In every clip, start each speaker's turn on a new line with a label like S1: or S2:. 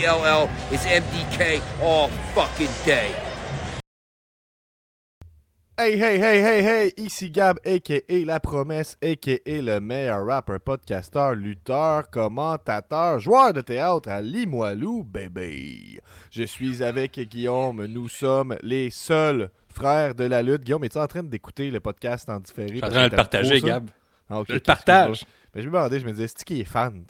S1: LL is MDK all fucking day.
S2: Hey, ici Gab, a.k.a. La Promesse, a.k.a. le meilleur rappeur, podcasteur, lutteur, commentateur, joueur de théâtre à Limoilou, bébé. Je suis avec Guillaume, nous sommes les seuls frères de la lutte. Guillaume, es-tu en train d'écouter le podcast en différé?
S3: Je suis en train de le partager, Gab.
S2: Ah, okay,
S3: je le partage.
S2: Mais je me demandais, je me disais, c'est qui est fan?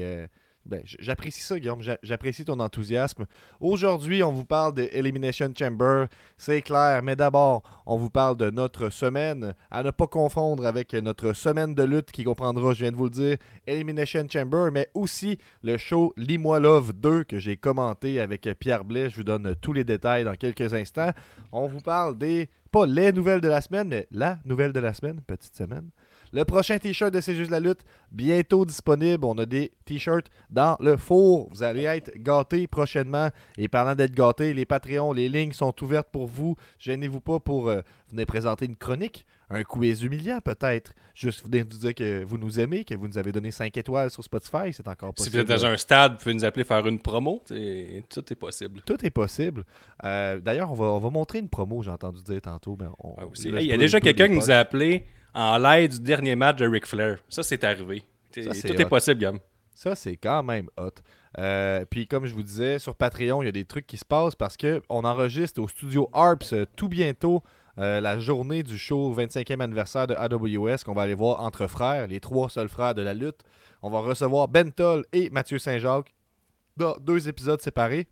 S2: J'apprécie ça, Guillaume. J'apprécie ton enthousiasme. Aujourd'hui, on vous parle de Elimination Chamber. C'est clair, mais d'abord, on vous parle de notre semaine. À ne pas confondre avec notre semaine de lutte qui comprendra, je viens de vous le dire, Elimination Chamber, mais aussi le show Lis-moi Love 2 que j'ai commenté avec Pierre Blais. Je vous donne tous les détails dans quelques instants. On vous parle pas les nouvelles de la semaine, mais la nouvelle de la semaine, petite semaine. Le prochain t-shirt de C'est juste la lutte, bientôt disponible. On a des t-shirts dans le four. Vous allez être gâtés prochainement. Et parlant d'être gâtés, les Patreons, les lignes sont ouvertes pour vous. Gênez-vous pas pour venir présenter une chronique, un quiz humiliant peut-être. Juste venir nous dire que vous nous aimez, que vous nous avez donné 5 étoiles sur Spotify. C'est encore possible.
S3: Si vous êtes dans un stade, vous pouvez nous appeler faire une promo. Tout est possible.
S2: Tout est possible. D'ailleurs, on va montrer une promo, j'ai entendu dire tantôt. Mais
S3: il y a déjà quelqu'un qui nous a appelé en live du dernier match de Ric Flair. Ça, c'est arrivé. Tout est possible, Gam.
S2: Ça, c'est quand même hot. Puis, comme je vous disais, sur Patreon, il y a des trucs qui se passent parce qu'on enregistre au studio Harps tout bientôt la journée du show 25e anniversaire de AWS qu'on va aller voir entre frères, les 3 seuls frères de la lutte. On va recevoir Ben Toll et Mathieu Saint-Jacques dans 2 épisodes séparés.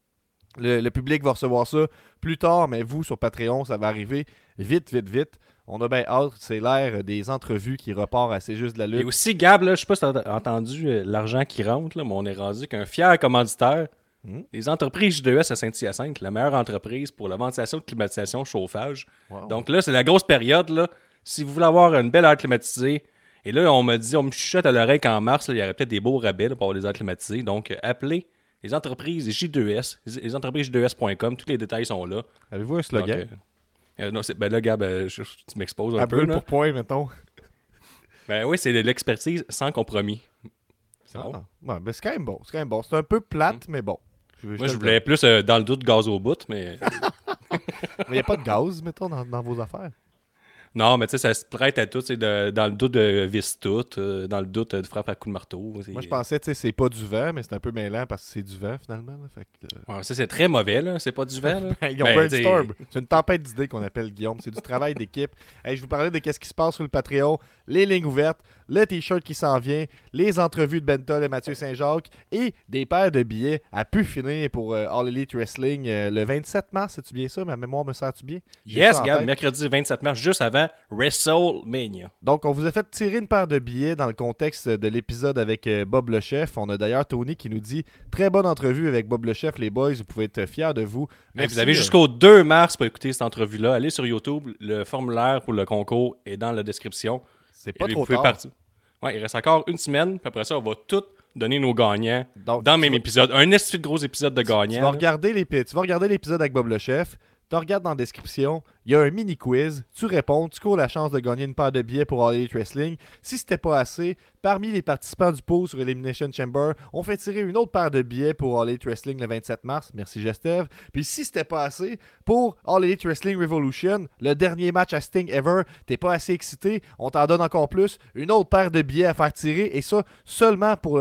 S2: Le public va recevoir ça plus tard, mais vous, sur Patreon, ça va arriver vite. On a bien hâte, c'est l'ère des entrevues qui repart à C'est juste de la lutte.
S3: Et aussi, Gab, là, je sais pas si tu as entendu l'argent qui rentre, là, mais on est rendu qu'un fier commanditaire. Les entreprises J2S à Saint-Hyacinthe, la meilleure entreprise pour la ventilation, climatisation, chauffage. Wow. Donc là, c'est la grosse période. Là. Si vous voulez avoir une belle air climatisée, et là, on me chuchote à l'oreille qu'en mars, là, il y aurait peut-être des beaux rabais là, pour avoir des airs climatisés. Donc, appelez les entreprises J2S, les entreprises J2S.com, tous les détails sont là.
S2: Avez-vous un slogan?
S3: Donc, non, là, Gab, tu m'exposes un peu.
S2: Brûle pour point, mettons.
S3: Ben oui, c'est de l'expertise sans compromis.
S2: C'est bon. Ouais, ben c'est quand même bon. C'est un peu plate, mais bon.
S3: Moi, je voulais plus dans le doute gaz au bout, mais...
S2: Mais il n'y a pas de gaz, mettons, dans vos affaires.
S3: Non, mais tu sais, ça se prête à tout. Dans le doute de vis tout, dans le doute de frappe à coup de marteau.
S2: Moi, je pensais, tu sais, c'est pas du vent, mais c'est un peu mêlant parce que c'est du vent, finalement. Là, fait que,
S3: ouais, ça, c'est très mauvais, là. C'est pas du vent, là.
S2: Ils ont brainstorm. C'est une tempête d'idées qu'on appelle, Guillaume. C'est du travail d'équipe. Hey, je vous parlais de qu'est-ce qui se passe sur le Patreon, les lignes ouvertes, le t-shirt qui s'en vient, les entrevues de Ben Toll et Mathieu Saint-Jacques et des paires de billets à pu finir pour All Elite Wrestling le 27 mars. C'est-tu bien ça? Ma mémoire me sert-tu bien?
S3: Yes, Gab, mercredi 27 mars, juste avant WrestleMania.
S2: Donc, on vous a fait tirer une paire de billets dans le contexte de l'épisode avec Bob le Chef. On a d'ailleurs Tony qui nous dit « Très bonne entrevue avec Bob le Chef, les boys. Vous pouvez être fiers de vous. »
S3: Merci, vous avez jusqu'au 2 mars pour écouter cette entrevue-là. Allez sur YouTube. Le formulaire pour le concours est dans la description.
S2: C'est pas trop tard.
S3: Ouais, il reste encore une semaine. Puis après ça, on va tout donner nos gagnants
S2: donc,
S3: dans le même épisode. Un esti de gros épisode de gagnants.
S2: Tu vas regarder l'épisode avec Bob le Chef. Tu regardes dans la description, il y a un mini-quiz, tu réponds, tu cours la chance de gagner une paire de billets pour All Elite Wrestling. Si c'était pas assez, parmi les participants du pool sur Elimination Chamber, on fait tirer une autre paire de billets pour All Elite Wrestling le 27 mars. Merci Gestev. Puis si c'était pas assez, pour All Elite Wrestling Revolution, le dernier match à Sting ever, t'es pas assez excité, on t'en donne encore plus, une autre paire de billets à faire tirer, et ça seulement pour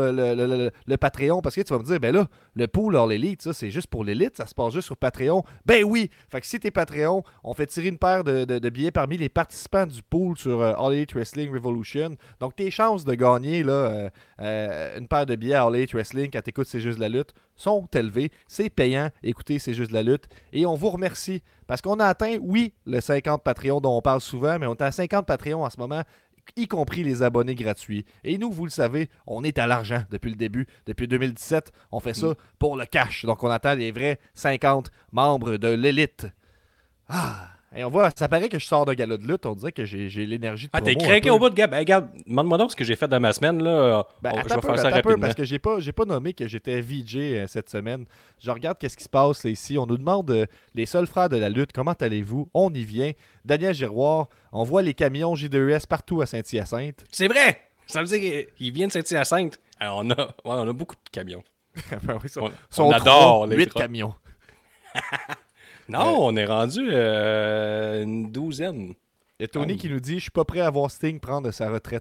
S2: le Patreon, parce que tu vas me dire, ben là, le pool All Elite, ça c'est juste pour l'élite, ça se passe juste sur Patreon. Ben oui! Fait que si t'es Patreon, on fait tirer une paire de billets parmi les participants du pool sur All Elite Wrestling Revolution. Donc tes chances de gagner là, une paire de billets à All Elite Wrestling quand t'écoutes C'est juste de la lutte sont élevées. C'est payant, écoutez C'est juste de la lutte. Et on vous remercie parce qu'on a atteint, oui, le 50 Patreon dont on parle souvent, mais on est à 50 Patreon en ce moment, y compris les abonnés gratuits. Et nous, vous le savez, on est à l'argent depuis le début. Depuis 2017, on fait ça pour le cash. Donc, on attend les vrais 50 membres de l'élite. Ah! Et on voit, ça paraît que je sors de gala de lutte. On dirait que j'ai l'énergie de promo.
S3: Ah, t'es craqué au bout de Gab. Hey, Gab, demande-moi donc ce que j'ai fait dans ma semaine. Là.
S2: Ben,
S3: je vais faire ça rapidement.
S2: Parce que j'ai pas nommé que j'étais VJ cette semaine. Je regarde qu'est-ce qui se passe là, ici. On nous demande les seuls frères de la lutte, comment allez-vous? On y vient. Daniel Giroir, on voit les camions J2S partout à Saint-Hyacinthe.
S3: C'est vrai! Ça veut dire qu'il vient de Saint-Hyacinthe. Alors, on a beaucoup de camions.
S2: Ben oui,
S3: On adore les
S2: 8
S3: trucks.
S2: camions.
S3: Non, on est rendu une douzaine.
S2: Il y a Tony qui nous dit « Je suis pas prêt à voir Sting prendre sa retraite. »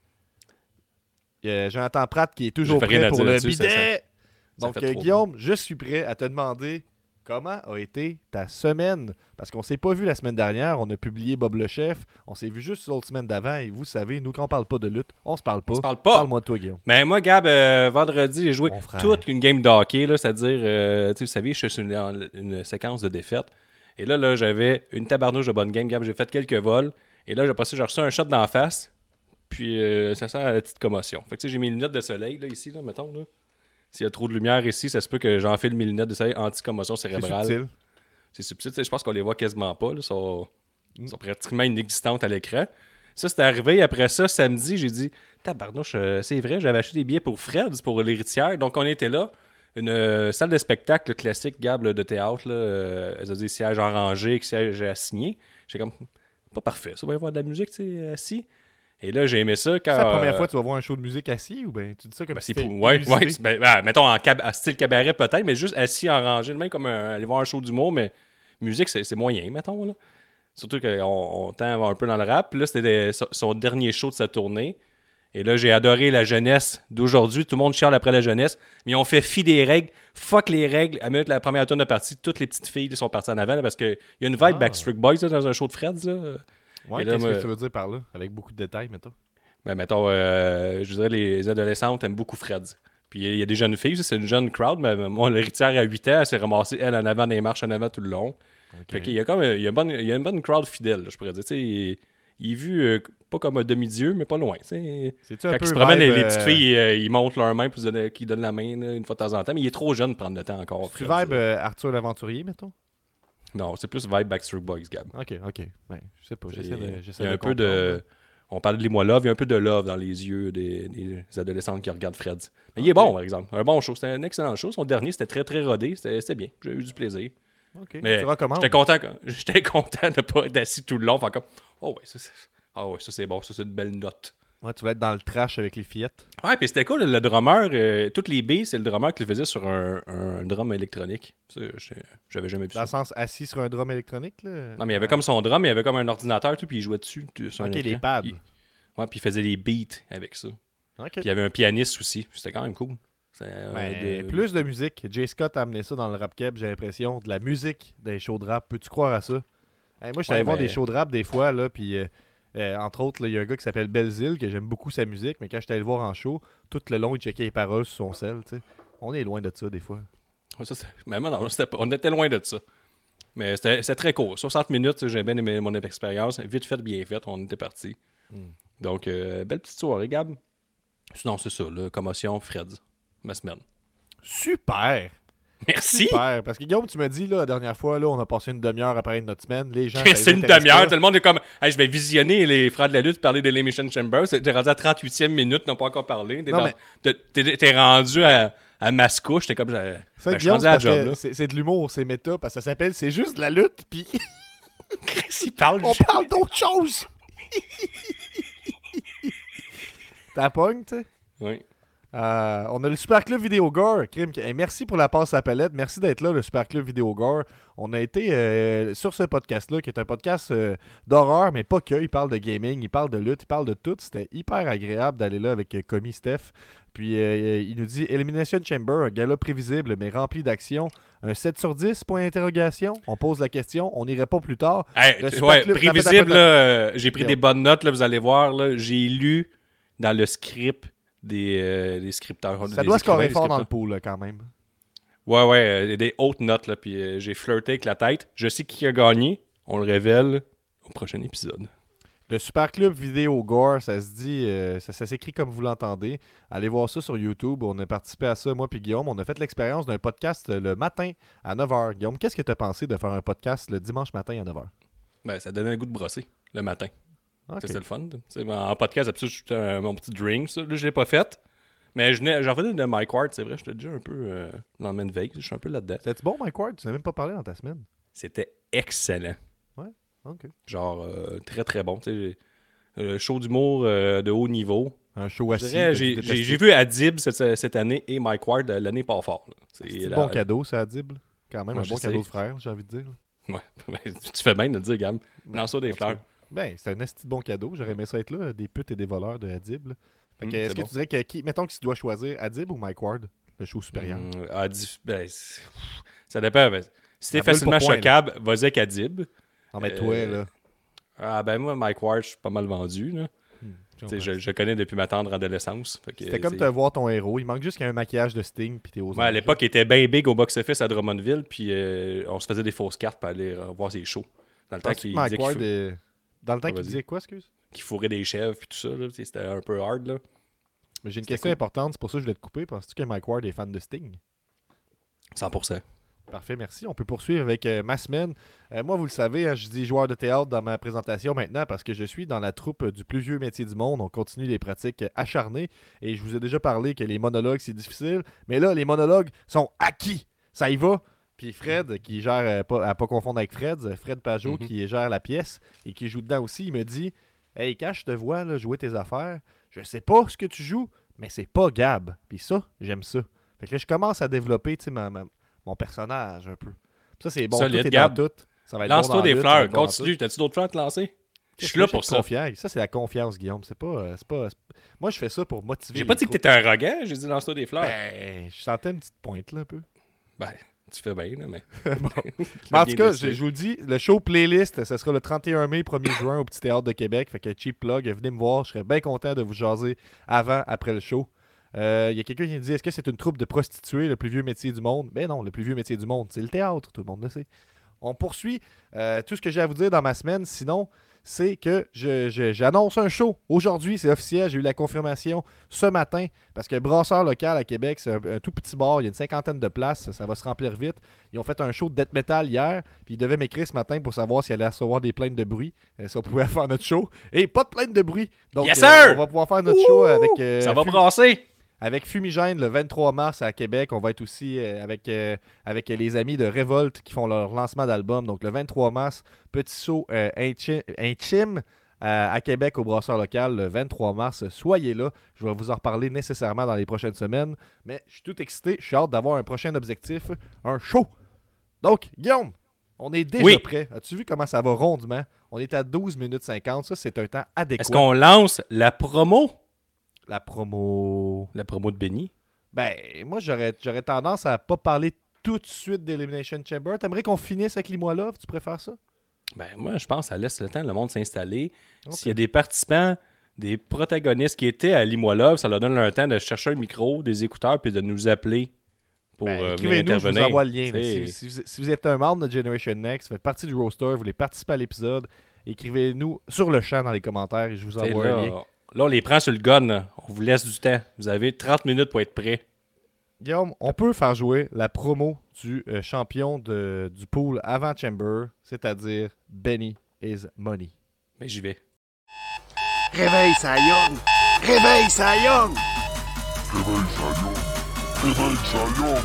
S2: Il y a Jonathan Pratt qui est toujours
S3: J'ai rien
S2: prêt
S3: à
S2: pour
S3: dire
S2: le
S3: là-dessus,
S2: bidet.
S3: ça
S2: Donc,
S3: fait trop
S2: Guillaume, je suis prêt à te demander comment a été ta semaine. Parce qu'on s'est pas vu la semaine dernière. On a publié Bob le Chef. On s'est vu juste l'autre semaine d'avant. Et vous savez, nous, quand on parle pas de lutte, on se parle pas.
S3: On se parle pas.
S2: Parle-moi de toi, Guillaume.
S3: Mais moi, Gab, vendredi, j'ai joué
S2: Mon frère.
S3: toute une game de hockey, là, c'est-à-dire, vous savez, je suis sur une séquence de défaites. Et là, j'avais une tabarnouche de bonne game, Gab. J'ai fait quelques vols. Et là, j'ai reçu un shot dans la face. Puis, ça sent la petite commotion. Fait que, tu sais, j'ai mes lunettes de soleil, là, ici, là, mettons, là. S'il y a trop de lumière ici, ça se peut que j'enfile mes lunettes de soleil anti-commotion
S2: C'est
S3: cérébrale.
S2: subtil.
S3: C'est subtil. Tu sais, je pense qu'on les voit quasiment pas. Là, sont pratiquement inexistantes à l'écran. Ça, c'est arrivé. Après ça, samedi, j'ai dit tabarnouche, c'est vrai, j'avais acheté des billets pour Fred, pour l'héritière. Donc, on était là. Une salle de spectacle classique, Gab, là, de théâtre. Elle a des sièges en rangée, sièges assignés. J'étais comme, pas parfait. Ça va y avoir de la musique, tu sais, assis. Et là, j'ai aimé ça quand.
S2: C'est la première fois que tu vas voir un show de musique assis ou bien tu dis ça comme si
S3: c'est
S2: c'était
S3: ouais,
S2: inusité?
S3: mettons en style cabaret peut-être, mais juste assis en rangée, même comme aller voir un show d'humour, mais musique, c'est moyen, mettons. Là. Surtout qu'on tend un peu dans le rap. Puis là, c'était son dernier show de sa tournée. Et là, j'ai adoré la jeunesse d'aujourd'hui. Tout le monde chiale après la jeunesse. Mais on fait fi des règles. Fuck les règles. À minute la première tourne de partie, toutes les petites filles sont parties en avant là, parce qu'il y a une vibe Backstreet Boys là, dans un show de Fred's. Là.
S2: Ouais,
S3: Et là,
S2: qu'est-ce que tu veux dire par là? Avec beaucoup de détails, mettons.
S3: Ben, mettons, je dirais les adolescentes aiment beaucoup Fred's. Puis il y a des jeunes filles, c'est une jeune crowd. Mais moi, l'héritière à 8 ans, elle s'est ramassée, elle, en avant des marches en avant tout le long. Fait qu'il y a comme il y a une bonne crowd fidèle, là, je pourrais dire. Tu sais, il est vu pas comme un demi-dieu, mais pas loin. C'est-tu
S2: un
S3: quand
S2: peu
S3: ils se promènent,
S2: vibe,
S3: les petites filles, ils montent leur main puis qu'ils donnent la main là, une fois de temps en temps. Mais il est trop jeune pour prendre le temps encore.
S2: Tu
S3: Fred,
S2: vibe Arthur l'Aventurier, mettons?
S3: Non, c'est plus vibe Backstreet Boys, Gab.
S2: Ok. Ben, je sais pas.
S3: Il
S2: J'essaie
S3: y a
S2: de
S3: un peu de... On parle de les moi love, il y a un peu de love dans les yeux des adolescentes qui regardent Fred. Mais il est bon, par exemple. Un bon show. C'était un excellent show. Son dernier, c'était très, très rodé. C'était bien. J'ai eu du plaisir.
S2: Ok.
S3: Mais
S2: Tu recommandes?
S3: j'étais content de ne pas être assis tout le long. Fait comme, oh ouais, ça c'est bon. Ça, c'est une belle note.
S2: Ouais, tu vas être dans le trash avec les fillettes.
S3: Ouais, puis c'était cool. Le drummer, toutes les billes, c'est le drummer qui le faisait sur un drum électronique. Ça, j'avais jamais vu
S2: Dans le
S3: ça.
S2: sens assis sur un drum électronique, là?
S3: Non, mais il y avait comme son drum, il y avait comme un ordinateur, tout, puis il jouait dessus. Sur un
S2: Ok,
S3: écran.
S2: les pads.
S3: Ouais, puis il faisait des beats avec ça.
S2: Ok.
S3: Puis il y avait un pianiste aussi. C'était quand même cool.
S2: Plus de musique. Jay Scott a amené ça dans le rap keb, j'ai l'impression. De la musique des shows de rap. Peux-tu croire à ça? Moi, je suis allé voir des shows de rap des fois, là, puis entre autres, il y a un gars qui s'appelle Belzil, que j'aime beaucoup sa musique, mais quand j'étais allé le voir en show, tout le long, il checkait les paroles sur son sel, tu sais. On est loin de ça, des fois.
S3: Ouais, mais non, on était loin de ça. Mais c'était très court. 60 minutes, j'ai bien aimé mon expérience. Vite fait, bien fait, on était parti. Donc, belle petite soirée, Gab. Sinon, c'est ça, là, commotion, Fred, ma semaine.
S2: Super!
S3: Merci!
S2: Super! Parce que Guillaume, tu m'as dit, là, la dernière fois, là, on a passé une demi-heure à parler de notre semaine. Les gens...
S3: C'est une demi-heure, tout le monde est comme, hey, je vais visionner les Frères de la lutte parler de l'Elimination Chamber. T'es rendu à 38e minute, n'ont pas encore parlé. T'es rendu à Mascouche, t'es comme, je suis rendu à la job, là.
S2: C'est de l'humour, c'est méta, parce que ça s'appelle C'est juste de la lutte, puis
S3: Il parle,
S2: on parle d'autre chose! T'as pogne, tu sais?
S3: Oui.
S2: On a le Super Club Vidéo Gore. Merci pour la passe à palette. Merci d'être là, le Super Club Vidéo Gore. On a été sur ce podcast-là, qui est un podcast d'horreur, mais pas que. Il parle de gaming, il parle de lutte, il parle de tout. C'était hyper agréable d'aller là avec Comi Steph. Puis il nous dit Elimination Chamber, un gala prévisible, mais rempli d'action. Un 7 sur 10, point d'interrogation. On pose la question, on y répond plus tard.
S3: Hey, prévisible, j'ai pris des bonnes notes, là, vous allez voir. Là, j'ai lu dans le script des scripteurs.
S2: Ça doit scorer fort dans le pool, là, quand même.
S3: Ouais, des hautes notes, là, puis j'ai flirté avec la tête. Je sais qui a gagné. On le révèle au prochain épisode.
S2: Le Super Club Vidéo Gore, ça se dit, ça s'écrit comme vous l'entendez. Allez voir ça sur YouTube. On a participé à ça, moi puis Guillaume. On a fait l'expérience d'un podcast le matin à 9h. Guillaume, qu'est-ce que tu as pensé de faire un podcast le dimanche matin à 9h?
S3: Ben, ça donnait un goût de brosser le matin.
S2: Okay.
S3: C'était le fun. En podcast, absolument, mon petit drink. Ça. Là, je l'ai pas fait. Mais j'en revenais de Mike Ward, c'est vrai. J'étais déjà un peu dans le même veille. Je suis un peu là-dedans.
S2: C'était bon, Mike Ward? Tu n'as même pas parlé dans ta semaine.
S3: C'était excellent.
S2: Ouais, ok.
S3: Genre, très, très bon. Show d'humour de haut niveau.
S2: Un show assis.
S3: J'ai vu Adib cette année et Mike Ward l'année pas fort.
S2: C'est un bon cadeau, ça, Adib. Quand même, un bon cadeau de frère, j'ai envie de dire.
S3: Ouais, tu fais bien de le dire, Gab. Lance ça des fleurs.
S2: Ben, c'est un esti de bon cadeau. J'aurais aimé ça être là, des putes et des voleurs de Adib. Est-ce que tu dirais que mettons que tu dois choisir Adib ou Mike Ward, le show supérieur?
S3: Adib, ça dépend. Si t'es facilement choquable, vas-y avec Adib.
S2: Non, mais toi, là.
S3: Ah, ben moi, Mike Ward, je suis pas mal vendu, là. Je connais depuis ma tendre adolescence.
S2: C'était comme te voir ton héros. Il manque juste qu'il y ait un maquillage de Sting. Puis t'es aux
S3: à l'époque, il était bien big au box-office à Drummondville. Puis on se faisait des fausses cartes pour aller voir ses shows. Dans le temps qu'il disait
S2: Dans le temps qu'il disait quoi, excuse?
S3: Qu'il fourrait des chèvres puis tout ça. C'était un peu hard. Là.
S2: Mais j'ai une question importante. C'est pour ça que je voulais te couper. Penses-tu que Mike Ward est fan de Sting?
S3: 100%.
S2: Parfait, merci. On peut poursuivre avec ma semaine. Moi, vous le savez, je dis joueur de théâtre dans ma présentation maintenant parce que je suis dans la troupe du plus vieux métier du monde. On continue les pratiques acharnées et je vous ai déjà parlé que les monologues, c'est difficile. Mais là, les monologues sont acquis. Ça y va. Puis Fred, qui gère, à pas confondre avec Fred Pajot, qui gère la pièce et qui joue dedans aussi, il me dit « Hey, quand je te vois là, jouer tes affaires, je sais pas ce que tu joues, mais c'est pas Gab. » Puis ça, j'aime ça. Fait que là, je commence à développer, tu sais, mon personnage un peu. Ça, c'est bon.
S3: Solide,
S2: tout est
S3: Gab.
S2: dans tout. Ça va être
S3: Lance-toi
S2: bon
S3: des
S2: lutte,
S3: fleurs.
S2: bon
S3: Continue. T'as-tu d'autres fleurs à te lancer? Je suis là pour ça.
S2: Confiant. Ça, c'est la confiance, Guillaume. C'est pas... Moi, je fais ça pour motiver.
S3: J'ai pas dit que t'étais arrogant. J'ai dit lance-toi des fleurs.
S2: Ben, je sentais une petite pointe, là, un peu.
S3: Ben, tu fais bien, là, mais...
S2: Bon. Mais en tout cas, je vous le dis, le show playlist, ce sera le 31 mai, 1er juin au Petit Théâtre de Québec. Fait que cheap plug, venez me voir. Je serais bien content de vous jaser avant, après le show. Il y a quelqu'un qui me dit, est-ce que c'est une troupe de prostituées, le plus vieux métier du monde? Ben non, le plus vieux métier du monde, c'est le théâtre, tout le monde le sait. On poursuit tout ce que j'ai à vous dire dans ma semaine. Sinon, c'est que j'annonce un show. Aujourd'hui, c'est officiel. J'ai eu la confirmation ce matin parce que Brasseur Local à Québec, c'est un tout petit bar. Il y a une 50aine de places. Ça va se remplir vite. Ils ont fait un show de death metal hier. Puis ils devaient m'écrire ce matin pour savoir s'il allait recevoir des plaintes de bruit. Si on pouvait faire notre show. Et pas de plaintes de bruit. Donc,
S3: yes, sir!
S2: On va pouvoir faire notre show avec...
S3: ça va brasser!
S2: Avec Fumigène le 23 mars à Québec. On va être aussi avec les amis de Révolte qui font leur lancement d'album. Donc le 23 mars, petit saut intime à Québec au Brasseur Local le 23 mars. Soyez là. Je vais vous en reparler nécessairement dans les prochaines semaines. Mais je suis tout excité. Je suis hâte d'avoir un prochain objectif, un show. Donc, Guillaume, on est déjà prêt. As-tu vu comment ça va rondement? On est à 12 minutes 50. Ça, c'est un temps adéquat.
S3: Est-ce qu'on lance la promo?
S2: La promo
S3: de Benny?
S2: Ben, moi, j'aurais tendance à pas parler tout de suite d'Elimination Chamber. T'aimerais qu'on finisse avec Lis-moi Love? Tu préfères ça?
S3: Ben, moi, je pense que ça laisse le temps le monde s'installer. Okay. S'il y a des participants, des protagonistes qui étaient à Lis-moi Love, ça leur donne le temps de chercher un micro, des écouteurs, puis de nous appeler pour
S2: écrivez-nous, je vous envoie le lien. Si vous êtes un membre de Generation Next, vous faites partie du roster, vous voulez participer à l'épisode, écrivez-nous sur le champ dans les commentaires et je vous envoie un lien.
S3: Là, on les prend sur le gun. On vous laisse du temps. Vous avez 30 minutes pour être prêts.
S2: Guillaume, on peut faire jouer la promo du champion du pool avant Chamber, c'est-à-dire Benny is Money.
S3: Mais j'y vais.
S4: Réveille, Cy Young! Réveille, Cy Young!
S5: Réveille, Cy Young! Réveille, Cy Young!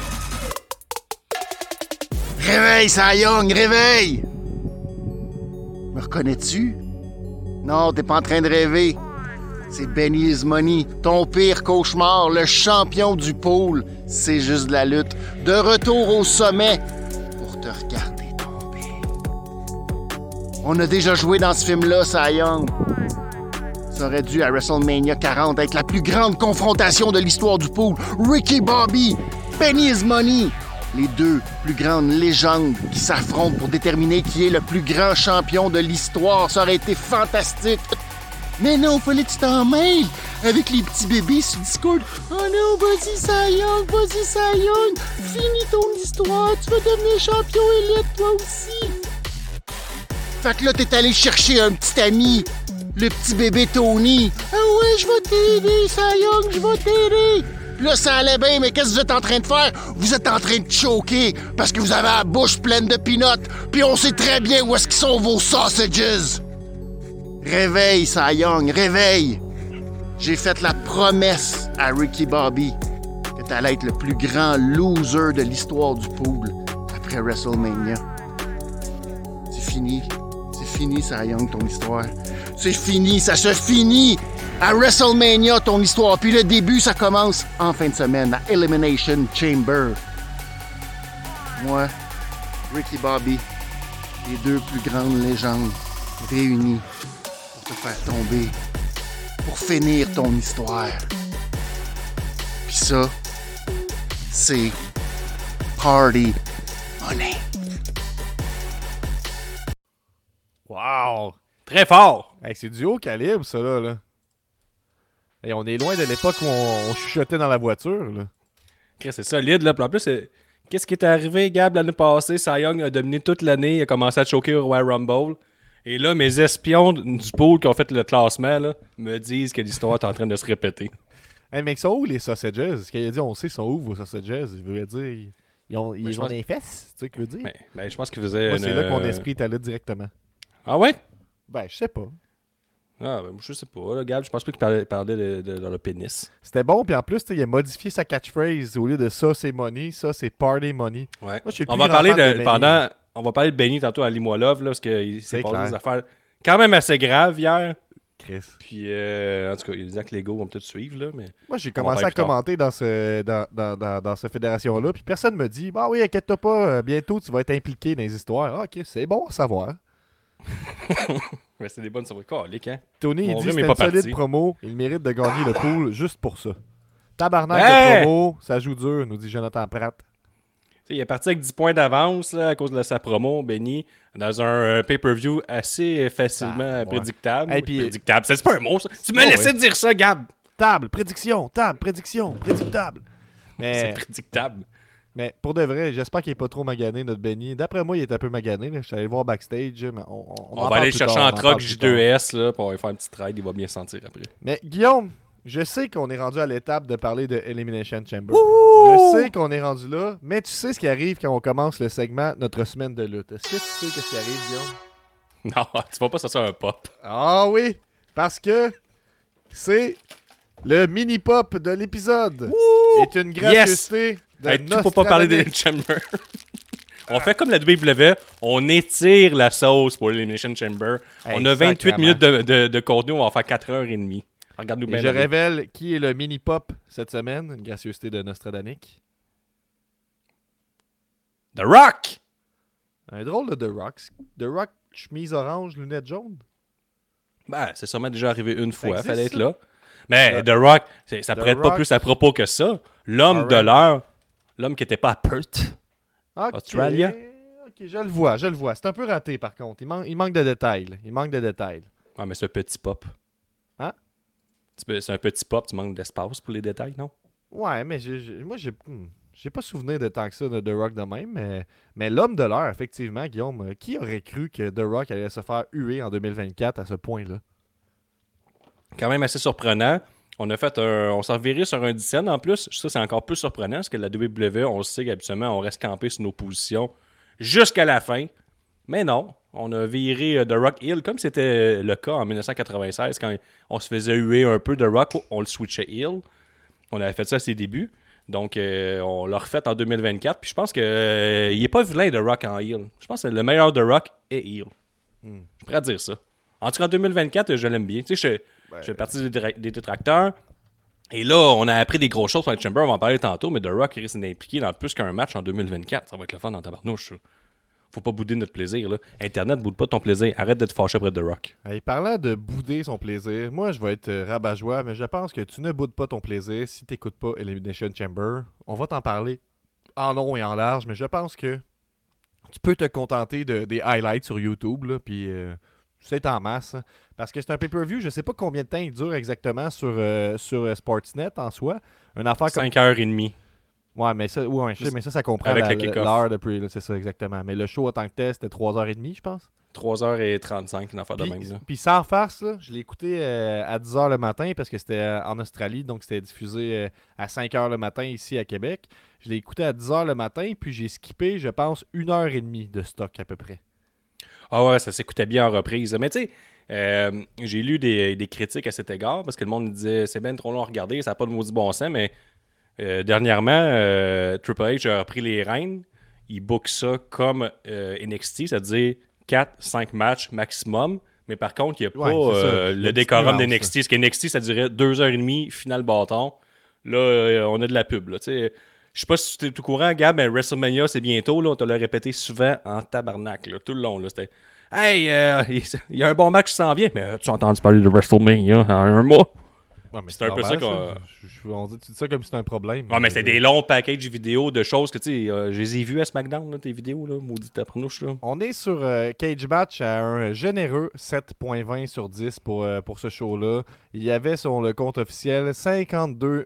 S4: Réveille, Cy Young! Réveille! Me reconnais-tu? Non, t'es pas en train de rêver. C'est Benny is Money, ton pire cauchemar, le champion du pool. C'est juste de la lutte. De retour au sommet pour te regarder tomber. On a déjà joué dans ce film-là, Cy Young. Ça aurait dû à WrestleMania 40 être la plus grande confrontation de l'histoire du pool. Ricky Bobby, Benny is Money. Les deux plus grandes légendes qui s'affrontent pour déterminer qui est le plus grand champion de l'histoire. Ça aurait été fantastique. Mais non, fallait que tu t'en mêles avec les petits bébés sur Discord. Oh non, vas-y, Cy Young, vas-y, Cy Young. Finis ton histoire, tu vas devenir champion élite, toi aussi. Fait que là, t'es allé chercher un petit ami, le petit bébé Tony. Ah ouais, je vais t'aider, Cy Young, je vais t'aider. Puis là, ça allait bien, mais qu'est-ce que vous êtes en train de faire? Vous êtes en train de choquer parce que vous avez la bouche pleine de peanuts. Puis on sait très bien où est-ce qu'ils sont vos sausages. Réveille, Cy Young, réveille! J'ai fait la promesse à Ricky Bobby que t'allais être le plus grand loser de l'histoire du pool après WrestleMania. C'est fini, Cy Young, ton histoire. C'est fini, ça se finit! À WrestleMania, ton histoire. Puis le début, ça commence en fin de semaine à Elimination Chamber. Moi, Ricky Bobby, les deux plus grandes légendes réunies pour te faire tomber, pour finir ton histoire. Puis ça, c'est Party Money.
S2: Wow!
S3: Très fort!
S2: Hey, c'est du haut calibre, ça, là. Hey, on est loin de l'époque où on chuchotait dans la voiture, là.
S3: C'est solide, là. Puis en plus, qu'est-ce qui est arrivé, Gab, l'année passée? Cy Young a dominé toute l'année. Il a commencé à choquer au Royal Rumble. Et là, mes espions du pool qui ont fait le classement là, me disent que l'histoire est en train de se répéter.
S2: Hey, mais ils sont où, les sausages? Ce qu'il a dit, on sait, ils sont où, vos sausages? Je veux dire, ils ont des fesses, tu sais ce que je veux dire?
S3: Ben, je pense qu'ils faisaient
S2: Moi, c'est là que mon esprit est allé directement.
S3: Ah ouais?
S2: Ben, je sais pas.
S3: Ah, ben, je sais pas. Là, Gab, je pense pas qu'il parlait de leur pénis.
S2: C'était bon, puis en plus, il a modifié sa catchphrase. Au lieu de ça, c'est money, ça, c'est party money.
S3: Ouais.
S2: Moi, je suis
S3: on va parler on va parler de Benny tantôt à Limolov, là, parce qu'il s'est passé des affaires quand même assez graves hier.
S2: Chris.
S3: Puis, en tout cas, il y a des actes légaux vont peut-être suivre, là, mais...
S2: Moi, j'ai commencé à commenter dans cette fédération-là, puis personne me dit « Bah oui, inquiète-toi pas, bientôt, tu vas être impliqué dans les histoires. Ah, OK, c'est bon à savoir. »
S3: Mais c'est des bonnes surprises. Calique, hein?
S2: Tony, il dit
S3: vrai,
S2: c'est
S3: mais
S2: une
S3: pas
S2: solide
S3: parti.
S2: promo. Il mérite de gagner le pool juste pour ça. Tabarnak de promo, ça joue dur, nous dit Jonathan Pratt.
S3: Il est parti avec 10 points d'avance là, à cause de sa promo, Benny, dans un pay-per-view assez facilement prédictable.
S2: Hey, puis...
S3: Prédictable, c'est pas un mot, ça. Tu me laissais dire ça, Gab.
S2: Prédiction, prédictable. Mais...
S3: C'est prédictable.
S2: Mais pour de vrai, j'espère qu'il n'est pas trop magané, notre Benny. D'après moi, il est un peu magané. Là. Je suis allé le voir backstage. Mais
S3: on va aller le chercher en truck J2S, là, pour aller faire un petit ride. Il va bien sentir après.
S2: Mais Guillaume, je sais qu'on est rendu à l'étape de parler de Elimination Chamber.
S3: Wouhou!
S2: Je sais qu'on est rendu là, mais tu sais ce qui arrive quand on commence le segment Notre semaine de lutte. Est-ce que tu sais ce qui arrive, Guillaume?
S3: Non, tu vas pas sortir un pop.
S2: Ah oui, parce que c'est le mini-pop de l'épisode. C'est une gracieuseté de
S3: tu peux pas parler des Chamber. On fait comme la WWE, on étire la sauce pour l'Elimination Chamber. On a 28 minutes de contenu, on va faire 4h30. Regarde-nous bien.
S2: Je révèle qui est le mini-pop cette semaine, une gracieuseté de Nostradanic.
S3: The Rock!
S2: Un drôle de The Rock. The Rock, chemise orange, lunettes jaunes.
S3: Ben, c'est sûrement déjà arrivé une fois,
S2: existe,
S3: fallait être
S2: ça?
S3: là. Mais The Rock, ça prête pas plus à propos que ça. L'homme de l'heure, l'homme qui était pas à Perth, Australia.
S2: Ok, je le vois. C'est un peu raté par contre. Il manque de détails.
S3: Ah, mais c'est un petit pop.
S2: Hein?
S3: C'est un petit pop, tu manques d'espace pour les détails, non?
S2: Ouais, mais moi, j'ai pas souvenir de tant que ça de The Rock de même, mais l'homme de l'heure, effectivement, Guillaume, qui aurait cru que The Rock allait se faire huer en 2024 à ce point-là?
S3: Quand même assez surprenant. On s'en revirait sur un 10 en plus. Ça, c'est encore plus surprenant parce que la WWE, on sait qu'habituellement, on reste campé sur nos positions jusqu'à la fin. Mais non, on a viré The Rock Hill comme c'était le cas en 1996 quand on se faisait huer un peu The Rock, on le switchait Hill. On avait fait ça à ses débuts. Donc, on l'a refait en 2024. Puis je pense qu'il n'est pas vilain The Rock en Hill. Je pense que le meilleur The Rock est Hill. Je suis prêt à dire ça. En tout cas, en 2024, je l'aime bien. Tu sais, je fais partie des détracteurs. Et là, on a appris des grosses choses sur la Chamber. On va en parler tantôt. Mais The Rock risque d'impliquer dans plus qu'un match en 2024. Ça va être le fun dans tabarnouche, ça. Faut pas bouder notre plaisir. Là. Internet, boude pas ton plaisir. Arrête d'être fâché après The Rock.
S2: Hey, parlant de bouder son plaisir, moi je vais être rabat-joie, mais je pense que tu ne boudes pas ton plaisir si tu n'écoutes pas Elimination Chamber. On va t'en parler en long et en large, mais je pense que tu peux te contenter des highlights sur YouTube, là, puis c'est en masse. Hein, parce que c'est un pay-per-view, je sais pas combien de temps il dure exactement sur Sportsnet en soi. Une affaire comme
S3: 5h30.
S2: Ouais, mais ça comprend
S3: avec le kick-off.
S2: l'heure de pre, c'est ça exactement. Mais le show en tant que tel, c'était 3h30, je pense.
S3: 3h35, une affaire de même.
S2: Puis sans farce, là, je l'ai écouté à 10h le matin parce que c'était en Australie, donc c'était diffusé à 5h le matin ici à Québec. Je l'ai écouté à 10h le matin, puis j'ai skippé, je pense, 1h30 de stock à peu près.
S3: Ah ouais, ça s'écoutait bien en reprise. Mais tu sais, j'ai lu des critiques à cet égard parce que le monde disait c'est bien trop long à regarder, ça n'a pas de maudit bon sens, mais dernièrement, Triple H a repris les rênes. Il book ça comme NXT, c'est-à-dire 4-5 matchs maximum. Mais par contre, il n'y a
S2: Ouais,
S3: pas
S2: c'est ça. Il y a
S3: le
S2: une
S3: décorum
S2: nuance,
S3: d'NXT. Parce qu'NXT, ça durait 2h30, finale bâton. Là, on a de la pub. Là, tu sais. Je sais pas si tu es au courant, Gab, mais WrestleMania, c'est bientôt. Là, on te l'a répété souvent en tabarnak. Là, tout le long. Là, c'était Hey, il y a un bon match qui s'en vient. Mais tu as entendu parler de WrestleMania en un mois?
S2: Ouais, mais
S3: C'est un peu ça
S2: normal, on dit, tu dis ça comme si c'était un problème.
S3: Ouais, mais c'était des longs packages vidéo de choses que, tu sais, je les ai vues à SmackDown, là, tes vidéos, là, maudite aprenouche, là.
S2: On est sur Cage Match à un généreux 7.20 sur 10 pour ce show-là. Il y avait sur le compte officiel 52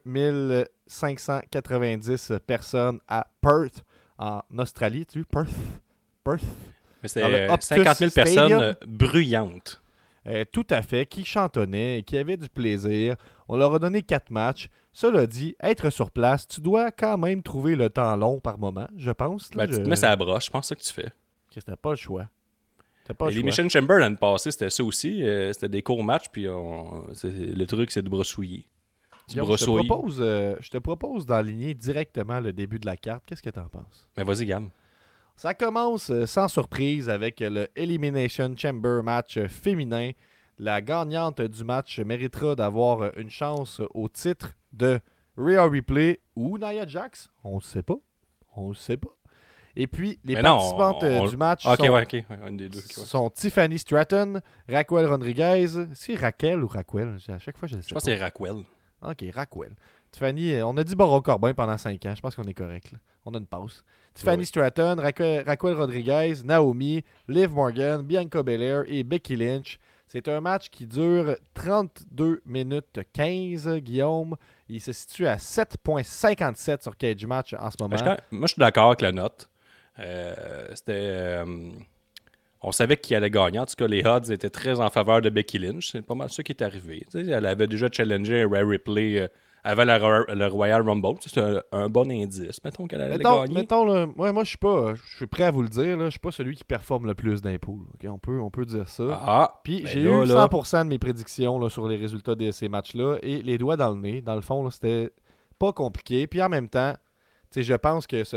S2: 590 personnes à Perth, en Australie. Tu Perth? Perth?
S3: Mais
S2: Dans le
S3: c'était
S2: Optus
S3: 50 000 personnes
S2: Stadium.
S3: bruyantes.
S2: Tout à fait, qui chantonnaient et qui avaient du plaisir. On leur a donné 4 matchs. Cela dit, être sur place, tu dois quand même trouver le temps long par moment, je pense. Là,
S3: Ben, tu te mets ça à la broche, je pense que c'est ça que tu fais.
S2: Que c'était pas le choix. C'était pas le choix.
S3: Elimination Chamber l'année passée, c'était ça aussi. C'était des courts matchs, puis le truc, c'est de brossouiller.
S2: Guillaume, je te propose d'enligner directement le début de la carte. Qu'est-ce que tu en penses?
S3: Mais vas-y, Gam.
S2: Ça commence sans surprise avec le Elimination Chamber match féminin. La gagnante du match méritera d'avoir une chance au titre de Rhea Ripley ou Nia Jax. On ne sait pas. On ne sait pas. Et puis, les participantes du match
S3: une des deux.
S2: sont Tiffany Stratton, Raquel Rodriguez. C'est Raquel ou Raquel? À chaque fois, je ne sais
S3: Je
S2: pas.
S3: pense que c'est Raquel.
S2: OK, Raquel. Tiffany, on a dit Baron Corbin pendant 5 ans. Je pense qu'on est correct. Là. On a une pause. Tiffany Stratton, Raquel Rodriguez, Naomi, Liv Morgan, Bianca Belair et Becky Lynch. C'est un match qui dure 32 minutes 15, Guillaume. Il se situe à 7.57 sur Cage Match en ce moment.
S3: Moi, je suis d'accord avec la note. On savait qui allait gagner. En tout cas, les odds étaient très en faveur de Becky Lynch. C'est pas mal ça qui est arrivé. Tu sais, elle avait déjà challengé Rhea Ripley avant le Royal Rumble. C'est un bon indice. Mettons qu'elle allait gagner.
S2: Mettons là, moi, je suis prêt à vous le dire. Là, je suis pas celui qui performe le plus d'impôts. Okay? On peut dire ça. Puis j'ai eu 100% de mes prédictions là, sur les résultats de ces matchs-là. Et les doigts dans le nez. Dans le fond, là, c'était pas compliqué. Puis en même temps, je pense que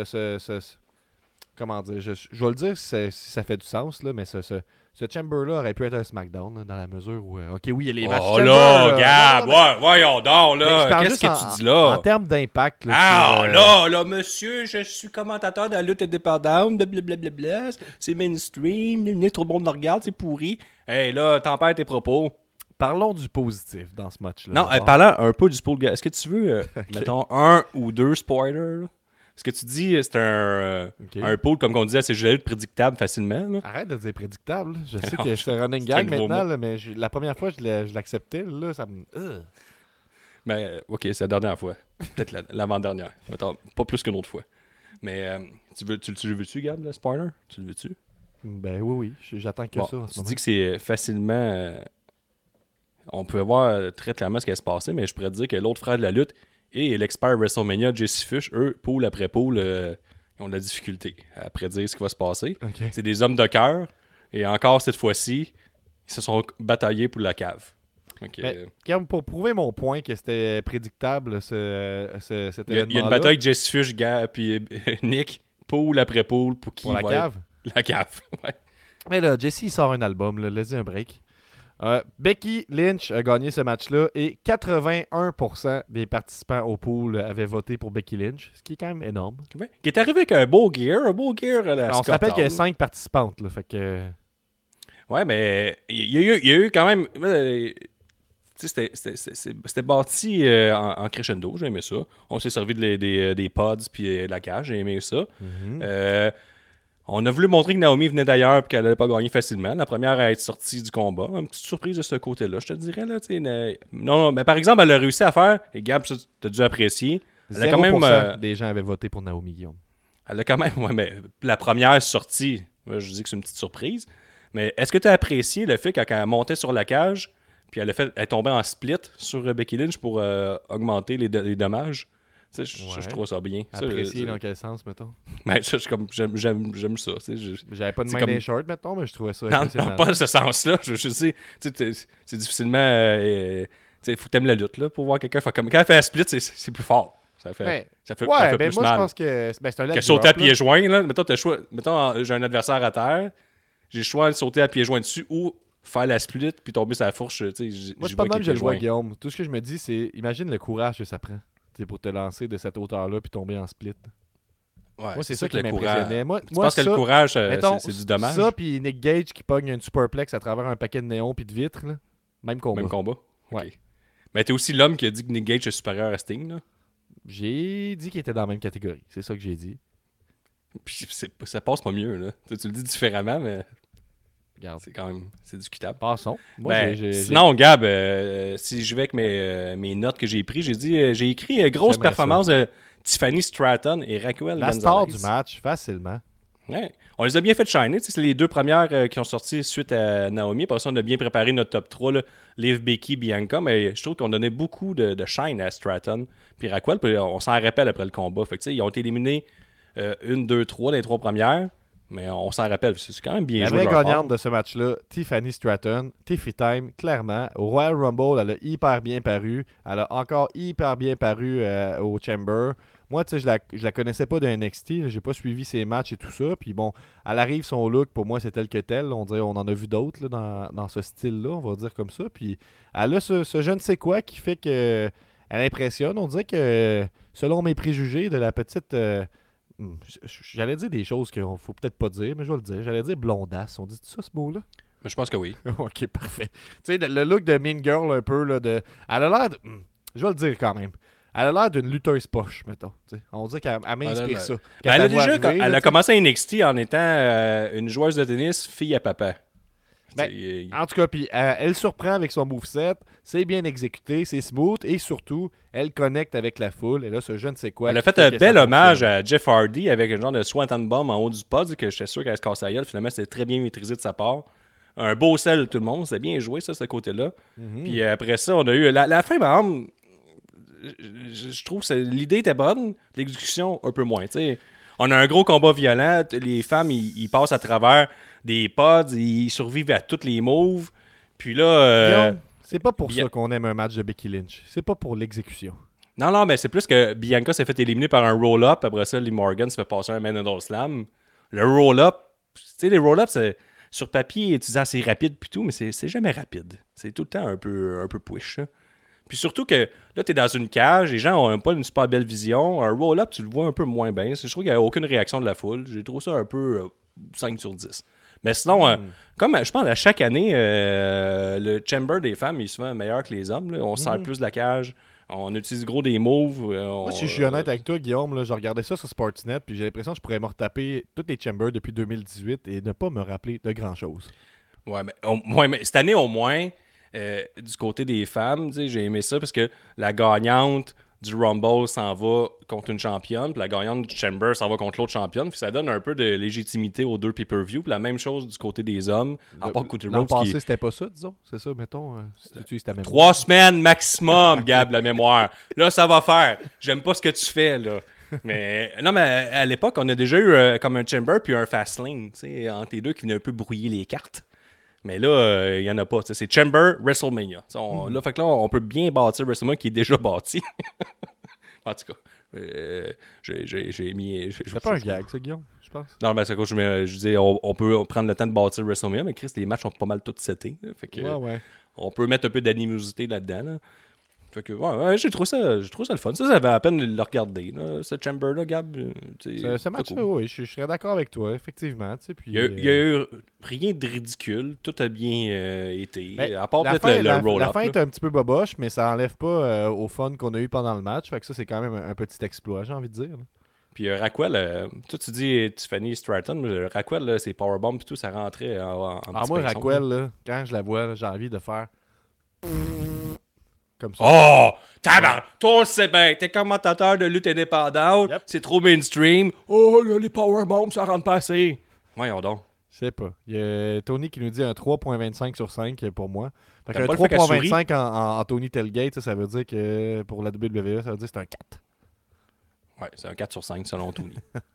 S2: comment dire, je vais le dire si ça fait du sens, là, mais ce Chamber-là aurait pu être un SmackDown, là, dans la mesure où... OK, oui, il y a les matchs
S3: Oh
S2: Chamber,
S3: là, Gab, voyons donc, là. Qu'est-ce que tu dis là?
S2: En termes d'impact...
S3: là, monsieur, je suis commentateur de la lutte indépendante, blablabla, c'est mainstream, il est trop bon de me regarder, c'est pourri. Hey, là, tempère tes propos.
S2: Parlons du positif dans ce match-là.
S3: Non, parlant un peu du spoil, est-ce que tu veux, mettons, 1 ou 2 spoilers, là? Ce que tu dis, c'est un pool, comme on disait, c'est juste prédictable facilement. Là.
S2: Arrête de dire prédictable. Je sais que c'est un running gag maintenant, là, mais la première fois, je l'acceptais. Là, ça me...
S3: Mais, OK, c'est la dernière fois. Peut-être l'avant-dernière. Attends, pas plus qu'une autre fois. Mais tu le veux-tu, Gab, le spoiler? Tu le veux-tu?
S2: Ben oui, j'attends que ça. En ce
S3: tu
S2: moment.
S3: dis que c'est facilement... on peut voir très clairement ce qui va se passer, mais je pourrais te dire que l'autre frère de la lutte et l'expert WrestleMania, Jesse Fish, eux, poule après poule, ils ont de la difficulté à prédire ce qui va se passer.
S2: Okay.
S3: C'est des hommes de cœur. Et encore cette fois-ci, ils se sont bataillés pour la cave.
S2: Okay. Mais, pour prouver mon point que c'était prédictable, cet événement-là...
S3: Il y a une bataille avec Jesse Fish, puis Nick, poule après poule, pour qui
S2: pour la cave?
S3: La cave, ouais.
S2: Mais là, Jesse, il sort un album, là, laisse-y un break. Becky Lynch a gagné ce match-là et 81% des participants au pool avaient voté pour Becky Lynch, ce qui est quand même énorme.
S3: Ouais. Qui est arrivé avec un beau gear à la
S2: on se rappelle qu'il y a 5 participantes, là, fait que...
S3: Ouais, mais il y a eu quand même... C'était bâti en crescendo, j'ai aimé ça. On s'est servi des pods puis de la cage, j'ai aimé ça.
S2: Mm-hmm.
S3: On a voulu montrer que Naomi venait d'ailleurs et qu'elle n'allait pas gagner facilement. La première à être sortie du combat. Une petite surprise de ce côté-là, je te dirais. Là, non, mais par exemple, elle a réussi à faire, et Gab, tu as dû apprécier.
S2: 0% des gens avaient voté pour Naomi Guillaume.
S3: Elle a quand même, ouais, mais la première sortie, je dis que c'est une petite surprise. Mais est-ce que tu as apprécié le fait quand elle montait sur la cage, puis elle est tombée en split sur Becky Lynch pour augmenter les dommages? Je trouve ça bien.
S2: Apprécié dans quel sens, mettons?
S3: Ben, j'aime ça.
S2: J'avais pas de main des shorts, mettons, mais je trouvais ça
S3: non, pas dans ce sens-là. Je sais, c'est difficilement... il faut que t'aimes la lutte là, pour voir quelqu'un faire comme... Quand elle fait un split, c'est plus fort. Ça fait plus
S2: moi,
S3: mal.
S2: Je pense que c'est un leg
S3: drop. Sauter à pieds joints, là. Mettons, j'ai un adversaire à terre. J'ai le choix de sauter à pieds joints dessus ou faire la split puis tomber sur la fourche.
S2: Moi, c'est pas mal que je le vois, Guillaume. Tout ce que je me dis, c'est imagine le courage que ça prend pour te lancer de cette hauteur-là puis tomber en split.
S3: Ouais,
S2: moi, c'est ça qui
S3: le
S2: m'impressionnait. Moi,
S3: tu penses que le courage, c'est du dommage?
S2: Ça, puis Nick Gage qui pogne une superplex à travers un paquet de néons puis de vitres. Là. Même combat.
S3: Même combat?
S2: Ouais.
S3: Okay. Mais t'es aussi l'homme qui a dit que Nick Gage est supérieur à Sting, là?
S2: J'ai dit qu'il était dans la même catégorie. C'est ça que j'ai dit.
S3: Puis ça passe pas mieux, là. Tu le dis différemment, mais...
S2: Regarde.
S3: C'est quand même... C'est discutable.
S2: Passons. Moi,
S3: sinon, Gab, si je vais avec mes notes que j'ai prises, j'ai écrit grosse performance de Tiffany Stratton et Raquel Gonzalez.
S2: La star du match, facilement.
S3: Ouais. On les a bien fait shiner. C'est les deux premières qui ont sorti suite à Naomi. Après ça, on a bien préparé notre top 3, là, Liv, Becky, Bianca. Mais je trouve qu'on donnait beaucoup de shine à Stratton. Puis Raquel, puis on s'en rappelle après le combat. Fait que, ils ont été éliminés 1, 2, 3 les 3 premières. Mais on s'en rappelle. C'est quand même bien joué.
S2: La vraie gagnante de ce match-là, Tiffany Stratton, Tiffy Time, clairement. Au Royal Rumble, elle a hyper bien paru. Elle a encore hyper bien paru au Chamber. Moi, tu sais, je la connaissais pas de NXT. J'ai pas suivi ses matchs et tout ça. Puis bon, elle arrive, son look, pour moi, c'est tel que tel. On dirait on en a vu d'autres dans ce style-là, on va dire comme ça. Puis elle a ce je ne sais quoi qui fait qu'elle impressionne. On dirait que, selon mes préjugés de la petite... j'allais dire des choses qu'il faut peut-être pas dire, mais je vais le dire. J'allais dire blondasse. On dit ça, ce mot-là?
S3: Je pense que oui.
S2: Ok, parfait. Tu sais, le look de Mean Girl, un peu, là, de... Elle a l'air de... Je vais le dire quand même. Elle a l'air d'une lutteuse poche, mettons. T'sais. On dirait qu'elle m'inspire ça.
S3: Elle a commencé à NXT en étant une joueuse de tennis, fille à papa.
S2: En tout cas, puis elle surprend avec son moveset. C'est bien exécuté, c'est smooth et surtout, elle connecte avec la foule. Et là, ce je ne sais quoi.
S3: Elle a fait un bel hommage à Jeff Hardy avec un genre de Swanton Bomb en haut du pod que j'étais sûr qu'elle se casse la gueule. Finalement, c'était très bien maîtrisé de sa part. Un beau sel de tout le monde. C'était bien joué, ça, ce côté-là. Puis après ça, on a eu la fin, par exemple. Je trouve que l'idée était bonne, l'exécution un peu moins. T'sais. On a un gros combat violent, les femmes ils passent à travers des pods, ils survivent à tous les moves. Puis là,
S2: c'est pas pour ça qu'on aime un match de Becky Lynch. C'est pas pour l'exécution.
S3: Non, mais c'est plus que Bianca s'est fait éliminer par un roll-up. Après ça, Liv Morgan se fait passer un Man-Handle Slam. Le roll-up, tu sais, les roll-ups, sur papier, tu dis c'est rapide puis tout, mais c'est jamais rapide. C'est tout le temps un peu push. Hein. Puis surtout que là, tu es dans une cage, les gens n'ont pas une super belle vision. Un roll-up, tu le vois un peu moins bien. Je trouve qu'il n'y a aucune réaction de la foule. J'ai trouvé ça un peu 5 sur 10. Mais sinon, comme je pense à chaque année, le chamber des femmes est souvent meilleur que les hommes. Là. On sert plus de la cage. On utilise gros des moves.
S2: Moi, si je suis honnête avec toi, Guillaume, là, je regardais ça sur Sportsnet, puis j'ai l'impression que je pourrais me retaper toutes les chambers depuis 2018 et ne pas me rappeler de grand-chose.
S3: Ouais, mais cette année, au moins... du côté des femmes, j'ai aimé ça parce que la gagnante du Rumble s'en va contre une championne, puis la gagnante du Chamber s'en va contre l'autre championne, puis ça donne un peu de légitimité aux deux pay-per-view. Puis la même chose du côté des hommes.
S2: L'an passé, c'était pas ça, disons. C'est ça, mettons. Ta mémoire.
S3: 3 semaines maximum, Gab, la mémoire. Là, ça va faire. J'aime pas ce que tu fais, là. Mais non, mais à l'époque, on a déjà eu comme un Chamber puis un Fastlane, entre les deux qui venaient un peu brouiller les cartes. Mais là, il n'y en a pas. C'est Chamber, WrestleMania. Là, fait que là, on peut bien bâtir WrestleMania qui est déjà bâti. En tout cas, j'ai mis...
S2: C'est pas un gag, ça, Guillaume, je pense.
S3: Non, mais c'est quoi, je dis, on peut prendre le temps de bâtir WrestleMania, mais Chris, les matchs sont pas mal tous setés. Fait que, on peut mettre un peu d'animosité là-dedans. Là. Fait que, j'ai trouvé ça le fun. Ça valait la peine de le regarder, là, ce Chamber-là, Gab.
S2: Ce match-là, cool. Oui, je serais d'accord avec toi, effectivement. Puis,
S3: il y a eu rien de ridicule. Tout a bien été. À part peut-être le roll-up.
S2: La fin est un petit peu boboche, mais ça enlève pas au fun qu'on a eu pendant le match. Fait que ça, c'est quand même un petit exploit, j'ai envie de dire. Là.
S3: Puis Raquel, toi tu dis Tiffany Stratton, mais Raquel, là, c'est powerbomb et tout, ça rentrait en
S2: moi, Raquel, là, quand je la vois, là, j'ai envie de faire... Comme ça.
S3: Oh! Tabarnak! Toi, c'est bien. T'es commentateur de lutte indépendante. Yep. C'est trop mainstream. Oh, là, les powerbombs, ça rentre pas assez. Voyons donc.
S2: Je sais pas. Il y a Tony qui nous dit un 3.25 sur 5 pour moi. Fait qu'un 3.25 en Tony Telgate, ça veut dire que pour la WWE, ça veut dire que c'est un 4.
S3: Ouais, c'est un 4 sur 5 selon Tony.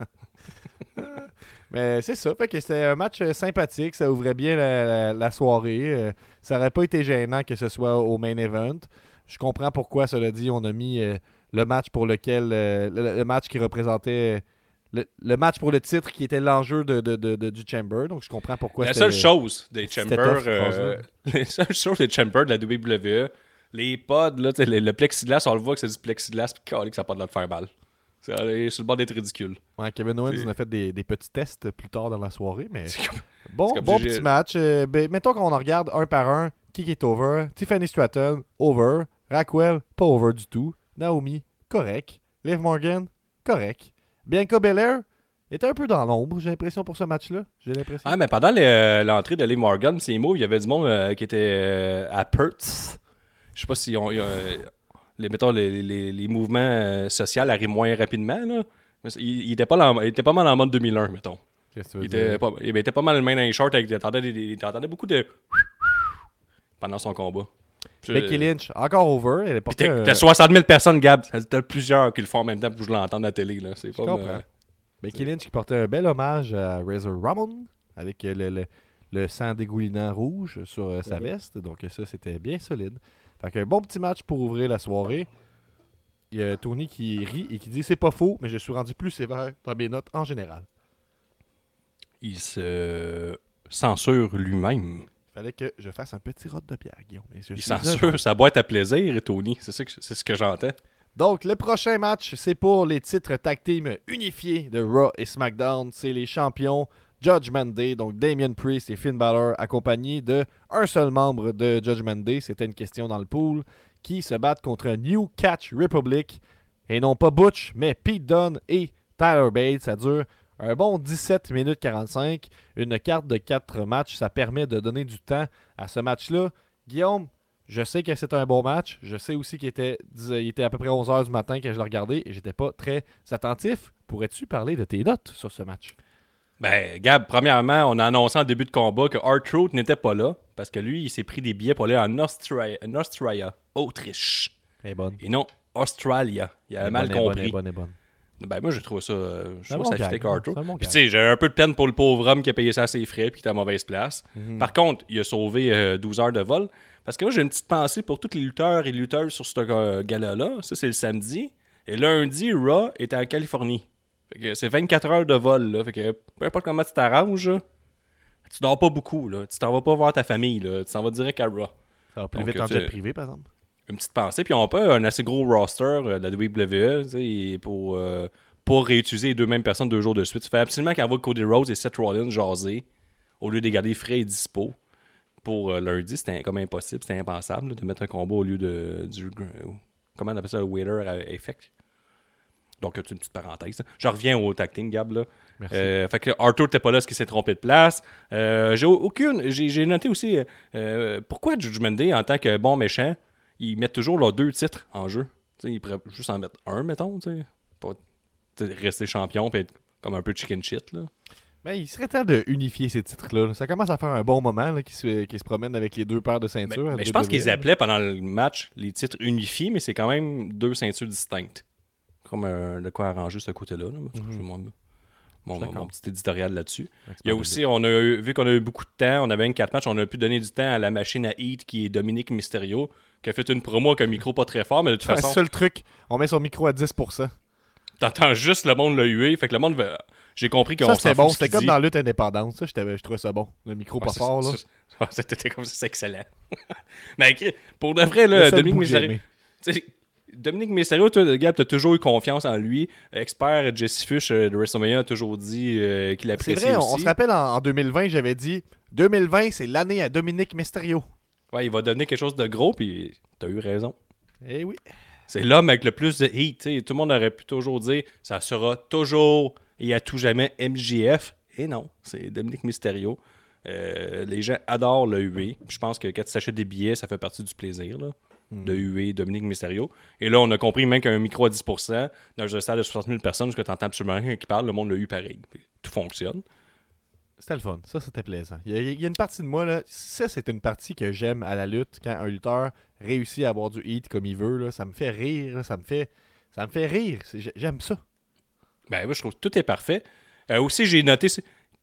S2: Mais c'est ça. Fait que c'était un match sympathique. Ça ouvrait bien la soirée. Ça aurait pas été gênant que ce soit au main event. Je comprends pourquoi, cela dit, on a mis le match pour lequel le match qui représentait le match pour le titre qui était l'enjeu du Chamber. Donc, je comprends pourquoi
S3: La
S2: c'était-
S3: seule chose des
S2: c'était
S3: Chamber,
S2: tough, cette phrase-là.
S3: les seules choses des Chamber de la WWE, les pods, là, le plexiglas, on le voit que c'est du plexiglas, puis calé que ça n'a pas de l'air de faire mal. C'est sur le bord d'être ridicule.
S2: Ouais, Kevin Owens
S3: C'est-
S2: nous a fait des petits tests plus tard dans la soirée, mais
S3: C'est comme-
S2: bon,
S3: c'est comme
S2: bon
S3: si j'ai-
S2: petit match. Mettons qu'on en regarde un par un. Qui est over? Tiffany Stratton, over. Raquel, pas over du tout. Naomi, correct. Liv Morgan, correct. Bianca Belair était un peu dans l'ombre, j'ai l'impression, pour ce match-là. J'ai l'impression.
S3: Ah, mais pendant l'entrée de Liv Morgan, ces mots, il y avait du monde qui était à Perth. Je sais pas si mettons, les mouvements sociaux arrivent moins rapidement. Là. Mais il était pas mal en mode 2001, mettons.
S2: Qu'est-ce que tu veux
S3: Il
S2: dire?
S3: était pas mal le main dans les shorts. T'entendais beaucoup de... pendant son combat.
S2: Becky Lynch, encore over. Elle est
S3: Puis
S2: portée
S3: t'as 60 000 personnes, Gab. T'as plusieurs qui le font en même temps pour que je l'entende à la télé. Là. C'est
S2: Je
S3: pas,
S2: comprends. Becky Lynch qui portait un bel hommage à Razor Ramon avec le sang dégoulinant rouge sur sa veste. Donc ça, c'était bien solide. Fait qu'un bon petit match pour ouvrir la soirée. Il y a Tony qui rit et qui dit « C'est pas faux, mais je suis rendu plus sévère dans mes notes en général.
S3: Il se censure lui-même. »
S2: Il fallait que je fasse un petit rot de bière, Guillaume. Et je
S3: Il
S2: suis
S3: censure sa boîte à plaisir, Tony. C'est ce que j'entends.
S2: Donc, le prochain match, c'est pour les titres tag team unifiés de Raw et SmackDown. C'est les champions Judgment Day, donc Damien Priest et Finn Balor, accompagnés de un seul membre de Judgment Day. C'était une question dans le pool, qui se battent contre New Catch Republic. Et non pas Butch, mais Pete Dunne et Tyler Bates. Ça dure un bon 17 minutes 45. Une carte de 4 matchs, ça permet de donner du temps à ce match-là. Guillaume, je sais que c'est un bon match. Je sais aussi qu'il était à peu près 11h du matin quand je l'ai regardé et j'étais pas très attentif. Pourrais-tu parler de tes notes sur ce match?
S3: Ben, Gab, premièrement, on a annoncé en début de combat que R-Truth n'était pas là parce que lui, il s'est pris des billets pour aller en Austria, Autriche.
S2: Elle est bonne.
S3: Et non Australia. Il avait mal compris.
S2: Elle est bonne.
S3: Ben, moi, je trouve ça. Je
S2: C'est un
S3: trouve
S2: bon
S3: ça
S2: gag,
S3: fitait
S2: hein.
S3: R-Truth.
S2: C'est un bon
S3: Puis,
S2: gag.
S3: tu sais, j'ai un peu de peine pour le pauvre homme qui a payé ça à ses frais puis qui était à mauvaise place. Par contre, il a sauvé 12 heures de vol. Parce que moi, j'ai une petite pensée pour tous les lutteurs et lutteuses sur ce gala-là. Ça, c'est le samedi. Et lundi, Raw était en Californie. Fait que c'est 24 heures de vol, là. Fait que peu importe comment tu t'arranges, là, tu dors pas beaucoup, là. Tu t'en vas pas voir ta famille, là. Tu t'en vas direct à Raw.
S2: Ça va plus
S3: Donc,
S2: vite en
S3: tu-
S2: jet privé, par exemple.
S3: Une petite pensée. Puis on peut un assez gros roster de la WWE, tu sais, pour réutiliser les deux mêmes personnes 2 jours de suite. Tu fais absolument qu'envoie Cody Rhodes et Seth Rollins jaser au lieu de les garder frais et dispo. Pour lundi, c'était comme impossible, c'était impensable là, de mettre un combat au lieu du comment on appelle ça, le Waiter Effect. Donc, c'est une petite parenthèse. Je reviens au tag team, Gab. Là.
S2: Merci.
S3: Fait que Arthur n'était pas là, ce qui s'est trompé de place. J'ai noté aussi pourquoi Judgment Day, en tant que bon méchant, ils mettent toujours leurs 2 titres en jeu. T'sais, ils pourraient juste en mettre un, mettons, pour rester champion et être comme un peu chicken shit. Là.
S2: Ben, il serait temps de unifier ces titres-là. Ça commence à faire un bon moment là, qui se promènent avec les 2 paires de ceintures.
S3: Mais je pense qu'ils appelaient pendant le match les titres unifiés, mais c'est quand même 2 ceintures distinctes. Comme de quoi arranger ce côté-là. Là. C'est mon petit éditorial là-dessus. Il y a aussi, vu qu'on a eu beaucoup de temps, on avait 4 matchs, on a pu donner du temps à la machine à Heat qui est Dominique Mysterio, qui a fait une promo avec un micro pas très fort, mais de toute
S2: Un
S3: façon,
S2: seul truc, on met son micro à 10%.
S3: t'entends juste le monde le huer. Fait que le monde va... J'ai compris qu'on
S2: Ça,
S3: s'en
S2: c'était
S3: fout
S2: bon.
S3: de ce
S2: C'était
S3: qu'il
S2: comme
S3: dit.
S2: dans la lutte indépendante. Ça, je trouvais ça bon. Le micro pas fort, là.
S3: C'était comme ça, c'est excellent. Mais pour de vrai,
S2: Le
S3: là,
S2: seul
S3: Dominique
S2: bout que j'ai
S3: Mysterio...
S2: aimé.
S3: Tu sais, Dominique Mysterio, toi, Gab, t'as toujours eu confiance en lui. Expert Jesse Fish de WrestleMania a toujours dit qu'il
S2: C'est
S3: apprécie
S2: vrai,
S3: aussi.
S2: on se rappelle en 2020, j'avais dit 2020, c'est l'année à Dominique Mysterio.
S3: Ouais, il va devenir quelque chose de gros, puis t'as eu raison.
S2: Eh oui.
S3: C'est l'homme avec le plus de heat. T'sais. Tout le monde aurait pu toujours dire ça sera toujours et à tout jamais MJF. Et non, c'est Dominique Mysterio. Les gens adorent le huer. Je pense que quand tu t'achètes des billets, ça fait partie du plaisir là, de huer Dominique Mysterio. Et là, on a compris même qu'un micro à 10%, dans un stade de 60 000 personnes, parce que tu n'entends absolument rien qui parle, le monde l'a eu pareil. Puis tout fonctionne.
S2: C'était le fun. Ça, c'était plaisant. Il y a une partie de moi, là, ça, c'est une partie que j'aime à la lutte. Quand un lutteur réussit à avoir du hit comme il veut, là, ça me fait rire. Là, ça me fait rire. J'aime ça.
S3: Ben, moi, je trouve que tout est parfait. Aussi, j'ai noté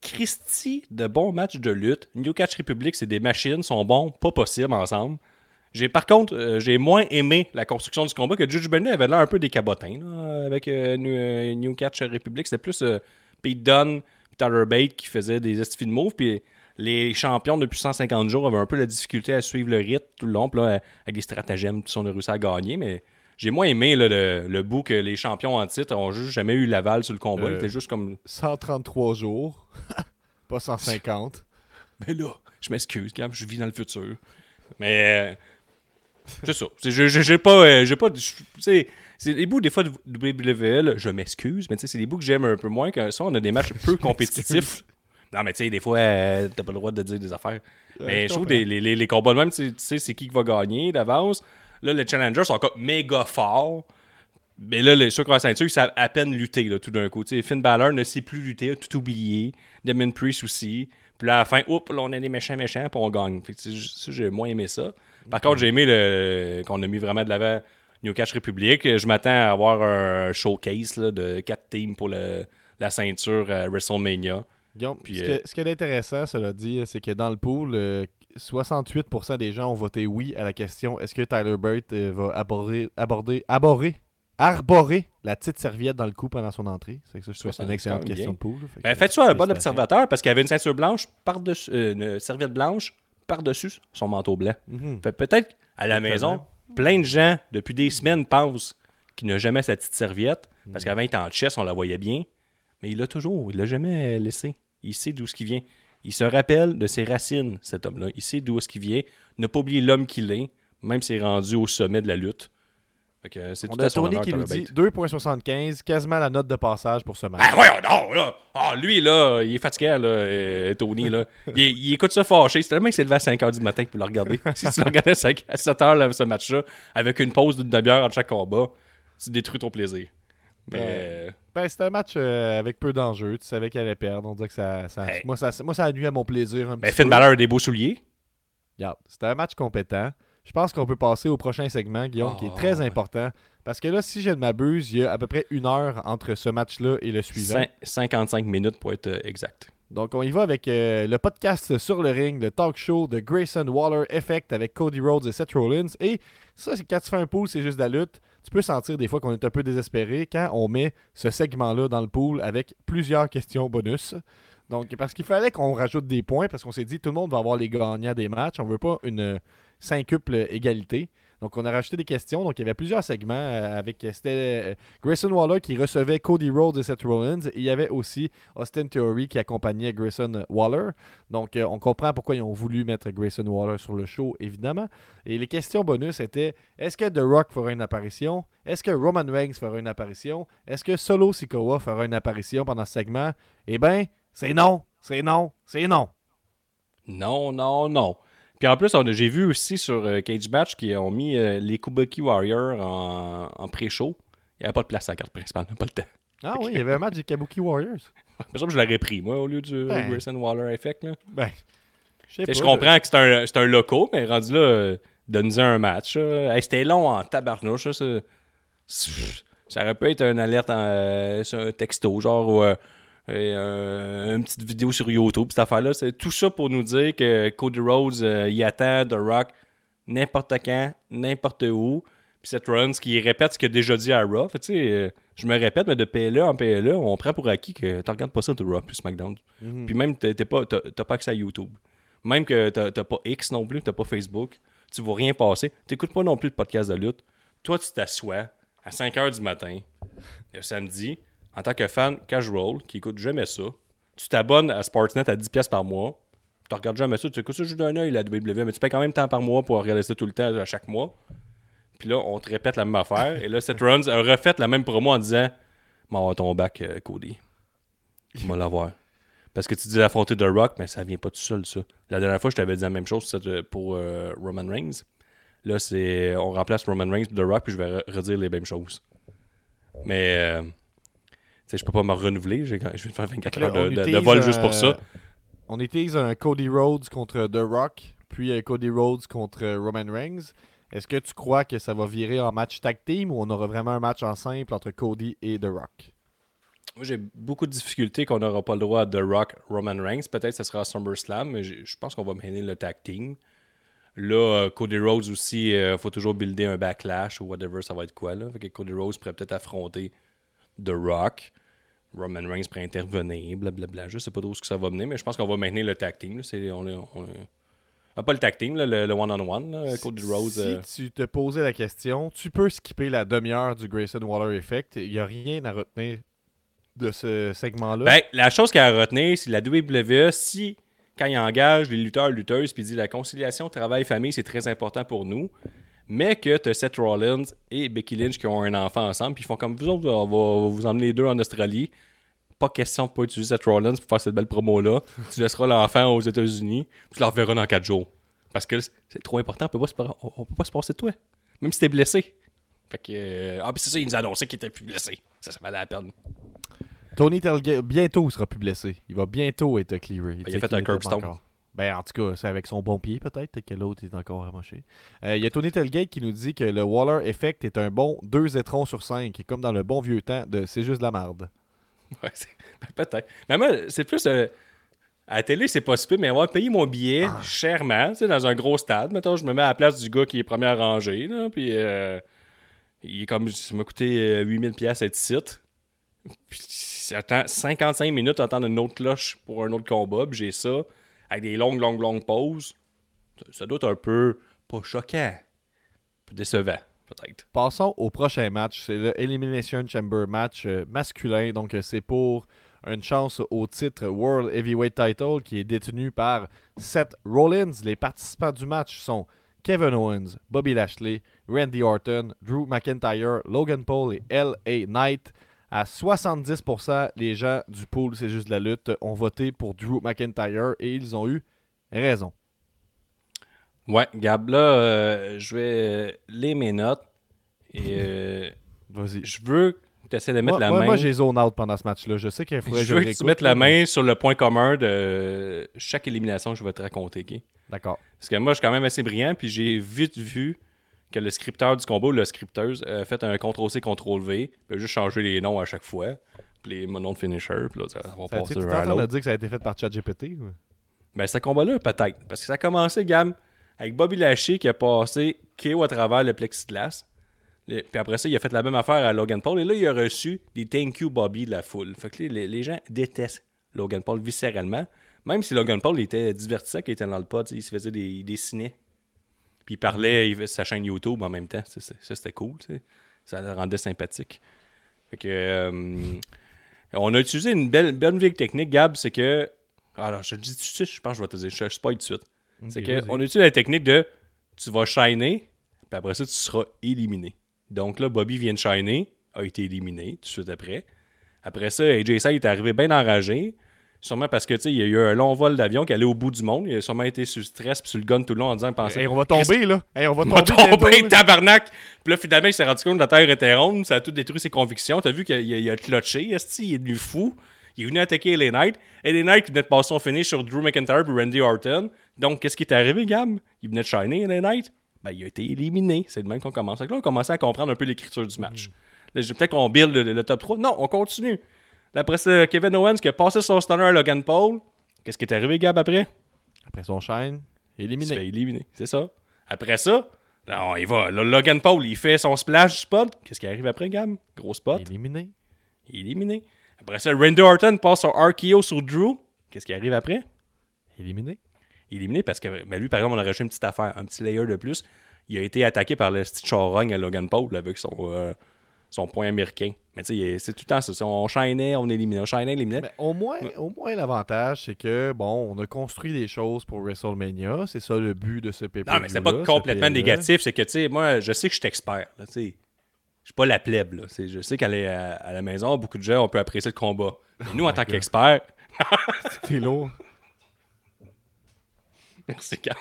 S3: Christy de bons matchs de lutte. New Catch Republic, c'est des machines, sont bons, pas possible ensemble. Par contre, j'ai moins aimé la construction du combat que Judge Benny avait l'air un peu des cabotins là, avec New Catch Republic. C'était plus Pete Dunne, Tyler Bate qui faisaient des estifs de moves. Puis les champions depuis 150 jours avaient un peu la difficulté à suivre le rythme tout le long. Puis là, avec des stratagèmes, on a réussi à gagner. Mais j'ai moins aimé là, le bout que les champions en titre ont juste jamais eu l'aval sur le combat. C'était juste comme
S2: 133 jours, pas 150.
S3: Mais là, je m'excuse, Gab, je vis dans le futur. Mais c'est ça. J'ai pas. C'est des bouts, des fois, de WWE, je m'excuse, mais c'est des bouts que j'aime un peu moins. Que ça, on a des matchs peu compétitifs. Non, mais tu sais, des fois, t'as pas le droit de dire des affaires. Mais je trouve que les combats de même, tu sais, c'est qui va gagner d'avance. Là, les challengers sont encore méga forts. Mais là, ceux qui ont la ceinture, ils savent à peine lutter là, tout d'un coup. T'sais, Finn Balor ne sait plus lutter, a tout oublié. Damien Priest aussi. Puis là, à la fin, là, on a des méchants, puis on gagne. Fait que, j'ai moins aimé ça. Par contre, j'ai aimé qu'on a mis vraiment de l'avant New Catch Republic. Je m'attends à avoir un showcase là, de 4 teams pour la ceinture à WrestleMania.
S2: Guillaume, ce qui est intéressant, cela dit, c'est que dans le pool, 68% des gens ont voté oui à la question est-ce que Tyler Bate va arborer la petite serviette dans le cou pendant son entrée. C'est que ça, je trouve que c'est une excellente question de pool.
S3: Faites-toi un bon observateur parce qu'il y avait une ceinture blanche par-dessus, une serviette blanche par-dessus son manteau blanc. Fait peut-être à la maison, plein de gens depuis des semaines pensent qu'il n'a jamais sa petite serviette parce qu'avant il était en chess, on la voyait bien, mais il l'a toujours, il l'a jamais laissé. Il sait d'où ce qui vient. Il se rappelle de ses racines, cet homme-là. Il sait d'où est-ce qu'il vient. Ne pas oublier l'homme qu'il est, même s'il est rendu au sommet de la lutte. C'est
S2: on
S3: tout
S2: a
S3: à son
S2: Tony
S3: honneur,
S2: qui nous dit
S3: Tyler Bate.
S2: 2.75, quasiment la note de passage pour ce match.
S3: Ah, voyons donc, là. Ah, lui, là, il est fatigué, là, Tony, là. Il écoute ça fâché. C'est tellement qu'il s'est levé à 5h du matin pour le regarder. Si tu le regardais à 7h, là, ce match-là, avec une pause d'une demi-heure entre chaque combat, tu détruis ton plaisir. Mais...
S2: c'était un match avec peu d'enjeux. Tu savais qu'elle allait perdre. On dirait que moi, ça a nuit à mon plaisir un petit peu.
S3: Finn Balor a des beaux souliers.
S2: Regarde, c'était un match compétent. Je pense qu'on peut passer au prochain segment, Guillaume, qui est très important. Parce que là, si je ne m'abuse, il y a à peu près 1 heure entre ce match-là et le suivant.
S3: 55 minutes pour être exact.
S2: Donc, on y va avec le podcast sur le ring, le talk show de Grayson Waller Effect avec Cody Rhodes et Seth Rollins. Et ça, c'est quand tu fais un pool, c'est juste de la lutte. Tu peux sentir des fois qu'on est un peu désespéré quand on met ce segment-là dans le pool avec plusieurs questions bonus. Donc, parce qu'il fallait qu'on rajoute des points parce qu'on s'est dit tout le monde va avoir les gagnants des matchs. On veut pas une quintuple égalité. Donc, on a rajouté des questions. Donc, il y avait plusieurs segments c'était Grayson Waller qui recevait Cody Rhodes et Seth Rollins. Et il y avait aussi Austin Theory qui accompagnait Grayson Waller. Donc, on comprend pourquoi ils ont voulu mettre Grayson Waller sur le show, évidemment. Et les questions bonus étaient, est-ce que The Rock fera une apparition? Est-ce que Roman Reigns fera une apparition? Est-ce que Solo Sikoa fera une apparition pendant ce segment? Eh bien, c'est non, c'est non, c'est non.
S3: Non. Puis en plus, j'ai vu aussi sur Cage Match qu'ils ont mis les Kabuki Warriors en pré-show. Il n'y avait pas de place à la carte principale, pas le temps.
S2: Ah oui, il y avait un match des Kabuki Warriors.
S3: Je l'aurais pris, moi, au lieu du Grayson Waller Effect. Là.
S2: Je
S3: comprends que c'est un loco, mais rendu là, donne-nous un match. C'était long en tabarnouche. Ça aurait pu être une alerte sur un texto, genre... ou une petite vidéo sur YouTube, cette affaire-là. C'est tout ça pour nous dire que Cody Rhodes, il attend The Rock n'importe quand, n'importe où. Puis Seth Rollins qui répète ce qu'il a déjà dit à Raw. Je me répète, mais de PLE en PLE, on prend pour acquis que tu regardes pas ça de Raw plus SmackDown. Puis même, t'as pas accès à YouTube. Même que t'as pas X non plus, t'as pas Facebook. Tu vois rien passer. T'écoutes pas non plus de podcast de lutte. Toi, tu t'assois à 5h du matin, le samedi, en tant que fan casual, qui écoute jamais ça, tu t'abonnes à Sportsnet à 10$ par mois, tu regardes jamais ça, tu écoutes ça juste d'un œil, la WWE, mais tu payes quand même tant par mois pour regarder ça tout le temps, à chaque mois. Puis là, on te répète la même affaire. Et là, Seth Rollins a refait la même promo en disant « M'en ton bac, Cody. Tu vas l'avoir. » Parce que tu dis affronter The Rock, mais ça vient pas tout seul, ça. La dernière fois, je t'avais dit la même chose pour Roman Reigns. Là, on remplace Roman Reigns par The Rock, puis je vais redire les mêmes choses. Mais... je peux pas me renouveler. Je vais faire 24 heures de vol juste pour ça.
S2: On utilise un Cody Rhodes contre The Rock, puis un Cody Rhodes contre Roman Reigns. Est-ce que tu crois que ça va virer en match tag team ou on aura vraiment un match en simple entre Cody et The Rock?
S3: Moi, j'ai beaucoup de difficultés qu'on n'aura pas le droit à The Rock, Roman Reigns. Peut-être que ce sera à SummerSlam, mais je pense qu'on va mener le tag team. Là, Cody Rhodes aussi, faut toujours builder un backlash ou whatever, ça va être quoi là. Fait que Cody Rhodes pourrait peut-être affronter The Rock. Roman Reigns pourrait intervenir, blablabla. Je sais pas d'où ça va mener, mais je pense qu'on va maintenir le tag team. Pas le tag team, là, le one-on-one. Là, Cody Rhodes.
S2: Si tu te posais la question, tu peux skipper la demi-heure du Grayson Waller Effect. Il n'y a rien à retenir de ce segment-là.
S3: Ben, la chose qu'il y a à retenir, c'est la WWE, si, quand il engage les lutteurs-lutteuses, puis il dit la conciliation travail-famille, c'est très important pour nous, mais que tu as Seth Rollins et Becky Lynch qui ont un enfant ensemble, puis ils font comme vous autres, on va vous emmener les deux en Australie. Pas question de pas utiliser Seth Rollins pour faire cette belle promo-là. Tu laisseras l'enfant aux États-Unis, tu le reverras dans 4 jours. Parce que c'est trop important, on peut pas se passer de toi. Même si t'es blessé. Fait que. Puis c'est ça, il nous a annoncé qu'il était plus blessé. Ça valait la peine.
S2: Tony Telgate, bientôt, il sera plus blessé. Il va bientôt être clearé.
S3: Il a fait un curbstone.
S2: Ben, en tout cas, c'est avec son bon pied, peut-être que l'autre est encore amoché. Il y a Tony Telgate qui nous dit que le Waller Effect est un bon 2 étrons sur 5, comme dans le bon vieux temps de C'est juste de la marde.
S3: Ouais, peut-être. Mais moi, c'est plus. À la télé, c'est pas super, mais on va payer mon billet chèrement, tu sais, dans un gros stade. Mettons, je me mets à la place du gars qui est première rangée, là, puis il est comme. Ça m'a coûté 8000$ être site. Puis j'attends 55 minutes à attendre une autre cloche pour un autre combat, puis j'ai ça, avec des longues pauses. Ça doit être un peu, pas choquant, un peu décevant, peut-être.
S2: Passons au prochain match. C'est le Elimination Chamber match masculin. Donc, c'est pour une chance au titre World Heavyweight Title qui est détenu par Seth Rollins. Les participants du match sont Kevin Owens, Bobby Lashley, Randy Orton, Drew McIntyre, Logan Paul et L.A. Knight. À 70%, les gens du pool C'est juste de la lutte ont voté pour Drew McIntyre et ils ont eu raison.
S3: Ouais, Gab, là, je vais lire mes notes et
S2: Vas-y.
S3: je veux que tu essaies de mettre la main.
S2: Moi, j'ai zone out pendant ce match-là. Je sais qu'il faudrait
S3: je veux que tu mettes la main sur le point commun de chaque élimination que je vais te raconter. Okay?
S2: D'accord.
S3: Parce que moi, je suis quand même assez brillant, puis j'ai vite vu que le scripteur du combat ou le scripteuse a fait un CTRL-C, CTRL-V, puis a juste changé les noms à chaque fois, puis les noms de finisher, puis là, ça va passer
S2: Tu
S3: à l'autre.
S2: dit que ça a été fait par ChatGPT?
S3: Ben, ce combat-là, peut-être. Parce que ça a commencé, Gab, avec Bobby Lashley qui a passé KO à travers le plexiglas. Puis après ça, il a fait la même affaire à Logan Paul. Et là, il a reçu des thank you Bobby de la foule. Fait que les gens détestent Logan Paul viscéralement. Même si Logan Paul était divertissant quand il était dans le pod, il se faisait des dessinait. Puis il parlait, il faisait sa chaîne YouTube en même temps. Ça, c'était cool. T'sais. Ça le rendait sympathique. Fait que on a utilisé une bonne vieille technique, Gab, c'est que. Alors, je te dis tout de suite, je pense que je vais te dire, je spoil tout de suite. Okay, c'est qu'on utilise la technique de tu vas shiner, puis après ça, tu seras éliminé. Donc là, Bobby vient de shiner, a été éliminé tout de suite après. Après ça, AJ Styles est arrivé bien enragé. Sûrement parce que, tu sais, il y a eu un long vol d'avion qui allait au bout du monde. Il a sûrement été sur le stress et sur le gun tout le long en disant,
S2: hey, on va tomber, là. Hey, on va
S3: tomber, tabarnak. Puis là, finalement, il s'est rendu compte que la Terre était ronde. Ça a tout détruit ses convictions. T'as vu qu'il a clutché. Il est devenu fou. Il est venu attaquer LA Knight. LA Knight venait de passer son finish sur Drew McIntyre et Randy Orton. Donc, qu'est-ce qui est arrivé, Gab? Il venait de shiner, LA Knight. Ben, il a été éliminé. C'est de même qu'on commence. Donc là, on commençait à comprendre un peu l'écriture du match. Là, peut-être qu'on build le top 3. Non, on continue. Après ça, Kevin Owens qui a passé son stunner à Logan Paul. Qu'est-ce qui est arrivé, Gab, après?
S2: Après son shine, éliminé.
S3: Il se fait éliminer, c'est ça. Après ça, là, il va. Là, Logan Paul, il fait son splash spot. Qu'est-ce qui arrive après, Gab? Gros spot. Éliminé. Après ça, Randy Orton passe son RKO sur Drew. Qu'est-ce qui arrive après? Éliminé parce que lui, par exemple, on a rajouté une petite affaire, un petit layer de plus. Il a été attaqué par le petit charogne à Logan Paul avec son point américain. Mais tu sais, c'est tout le temps ça. On shinait, on éliminait,
S2: Mais au moins l'avantage, c'est que, bon, on a construit des choses pour WrestleMania. C'est ça le but de ce pay-per-view.
S3: Non, mais c'est pas complètement négatif. C'est que, tu sais, moi, je sais que je suis expert. Tu sais, je suis pas la plèbe. Là. Je sais qu'à la maison, beaucoup de gens, on peut apprécier le combat. Mais nous, en tant qu'experts...
S2: C'est lourd.
S3: Merci, Cam.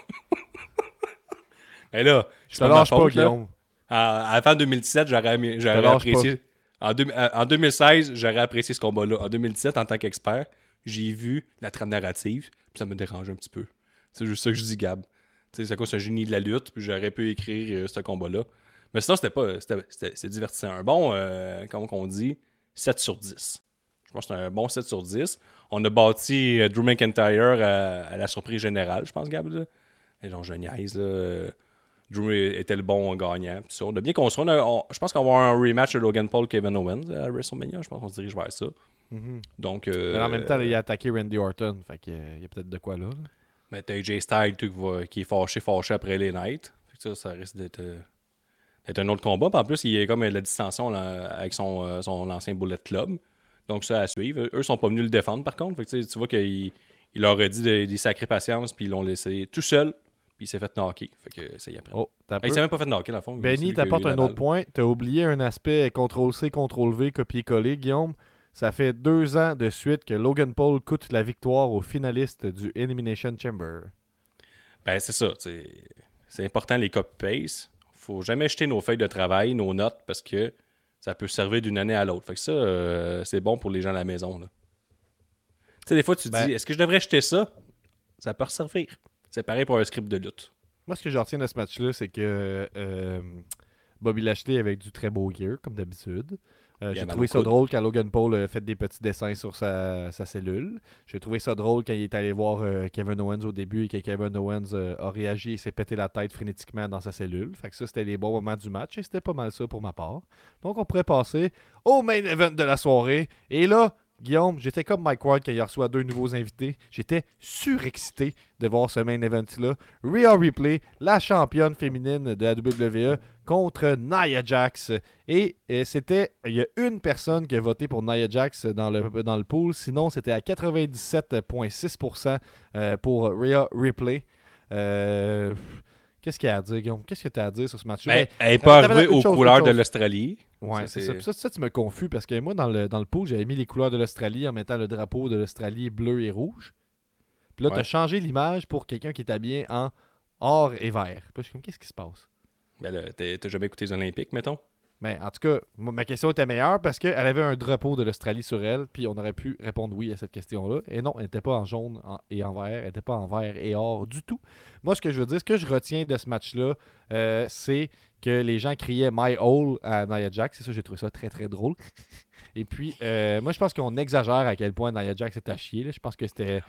S3: Mais là,
S2: je te lâche pas, Guillaume.
S3: Avant 2017, j'aurais apprécié... En 2016, j'aurais apprécié ce combat-là. En 2017, en tant qu'expert, j'ai vu la trame narrative, puis ça me dérange un petit peu. C'est juste ça que je dis, Gab. C'est quoi, c'est un génie de la lutte, puis j'aurais pu écrire ce combat-là. Mais sinon, c'était divertissant. Un bon, comment on dit, 7 sur 10. Je pense que c'est un bon 7 sur 10. On a bâti Drew McIntyre à la surprise générale, je pense, Gab. Et donc, je niaise, là. Drew était le bon gagnant. Puis ça, on a bien construit. Je pense qu'on va avoir un rematch de Logan Paul-Kevin Owens à WrestleMania. Je pense qu'on se dirige vers ça. Donc,
S2: Mais en même temps, là, il a attaqué Randy Orton. Fait qu'il y a peut-être de quoi là.
S3: mais t'as AJ Styles qui est fâché après les Nights. Fait que ça risque d'être un autre combat. Puis en plus, il y a comme la distension là, avec son ancien Bullet Club. Donc, ça à suivre. Eux sont pas venus le défendre, par contre. Fait que, tu vois qu'il leur a dit des sacrées patience, puis ils l'ont laissé tout seul. Puis il s'est fait knocker. Fait que ça y après.
S2: Oh,
S3: Il s'est même pas fait knocker, dans le fond.
S2: Benny t'apporte un autre point. T'as oublié un aspect CTRL-C, CTRL-V, copier-coller, Guillaume. Ça fait 2 ans de suite que Logan Paul coûte la victoire aux finalistes du Elimination Chamber.
S3: Ben, c'est ça. C'est important, les copy-paste. Faut jamais jeter nos feuilles de travail, nos notes, parce que ça peut servir d'une année à l'autre. Fait que ça, c'est bon pour les gens à la maison. Tu sais, des fois, tu te dis, est-ce que je devrais jeter ça? Ça peut resservir. C'est pareil pour un script de lutte.
S2: Moi, ce que je retiens de ce match-là, c'est que Bobby Lashley avec du très beau gear, comme d'habitude. J'ai trouvé ça drôle quand Logan Paul a fait des petits dessins sur sa cellule. J'ai trouvé ça drôle quand il est allé voir Kevin Owens au début et que Kevin Owens a réagi et s'est pété la tête frénétiquement dans sa cellule. Fait que ça, c'était les bons moments du match et c'était pas mal ça pour ma part. Donc, on pourrait passer au main event de la soirée. Et là, Guillaume, j'étais comme Mike Ward quand il reçoit 2 nouveaux invités. J'étais surexcité de voir ce main event-là. Rhea Ripley, la championne féminine de la WWE, contre Nia Jax. Et il y a une personne qui a voté pour Nia Jax dans le pool. Sinon, c'était à 97,6% pour Rhea Ripley. Qu'est-ce qu'il y a à dire, Guillaume? Qu'est-ce que tu as à dire sur ce match-là?
S3: Ben, elle n'est pas arrivée aux couleurs de l'Australie.
S2: Ouais, c'est ça. Ça, tu me confuses parce que moi, dans le pool, j'avais mis les couleurs de l'Australie en mettant le drapeau de l'Australie bleu et rouge. Puis là, tu as changé l'image pour quelqu'un qui est habillé en or et vert. Puis je suis comme, qu'est-ce qui se passe?
S3: Ben là, t'as jamais écouté les Olympiques, mettons?
S2: Ben, en tout cas, ma question était meilleure parce qu'elle avait un drapeau de l'Australie sur elle, puis on aurait pu répondre oui à cette question-là. Et non, elle n'était pas en jaune et en vert, elle n'était pas en vert et or du tout. Moi, ce que je veux dire, ce que je retiens de ce match-là, c'est que les gens criaient My Hole à Nia Jax. C'est ça, j'ai trouvé ça très, très drôle. Et puis, moi, je pense qu'on exagère à quel point Nia Jax est à chier. Là. Je pense que c'était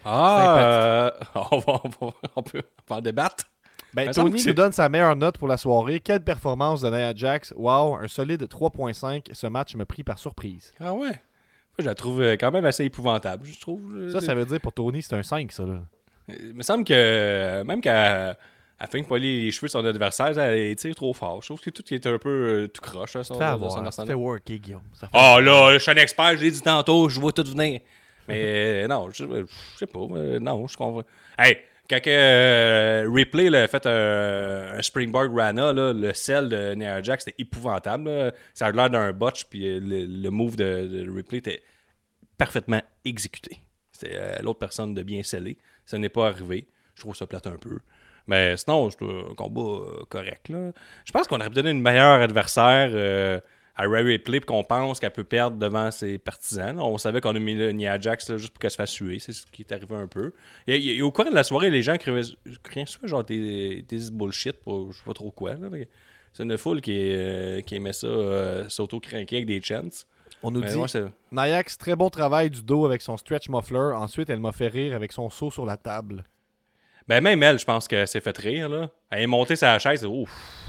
S3: on peut en débattre.
S2: Ben, Tony nous donne sa meilleure note pour la soirée. Quelle performance de Nia Jax. Wow, un solide 3.5. Ce match m'a pris par surprise.
S3: Ah ouais? Moi, je la trouve quand même assez épouvantable, je trouve.
S2: Ça veut dire pour Tony, c'est un 5, ça. Là.
S3: Il me semble que même qu'elle fait poiler les cheveux de son adversaire, elle tire trop fort. Je trouve que tout est un peu tout croche. Ça
S2: fait worker, Guillaume.
S3: Là, je suis un expert, je l'ai dit tantôt, je vois tout venir. Mais non, je sais pas. Non, je comprends. Hey! Quand Ripley là, a fait un Springboard Rana, là, le sel de Nia Jax, c'était épouvantable. Là. Ça a l'air d'un botch, puis le move de Ripley était parfaitement exécuté. C'était l'autre personne de bien scellé. Ça n'est pas arrivé. Je trouve ça plate un peu. Mais sinon, c'est un combat correct. Là. Je pense qu'on aurait donné une meilleure adversaire à Rhea Ripley puis qu'on pense qu'elle peut perdre devant ses partisans. On savait qu'on a mis Nia Jax là, juste pour qu'elle se fasse suer. C'est ce qui est arrivé un peu. Et au cours de la soirée, les gens criaient ça, genre des bullshit pour je sais pas trop quoi. Là. C'est une foule qui aimait ça s'auto-crinquer avec des chants.
S2: On nous dit Nia Jax, très bon travail du dos avec son stretch muffler. Ensuite, elle m'a fait rire avec son saut sur la table.
S3: Ben même elle, je pense qu'elle s'est fait rire. Là. Elle est montée sur la chaise. Ouf.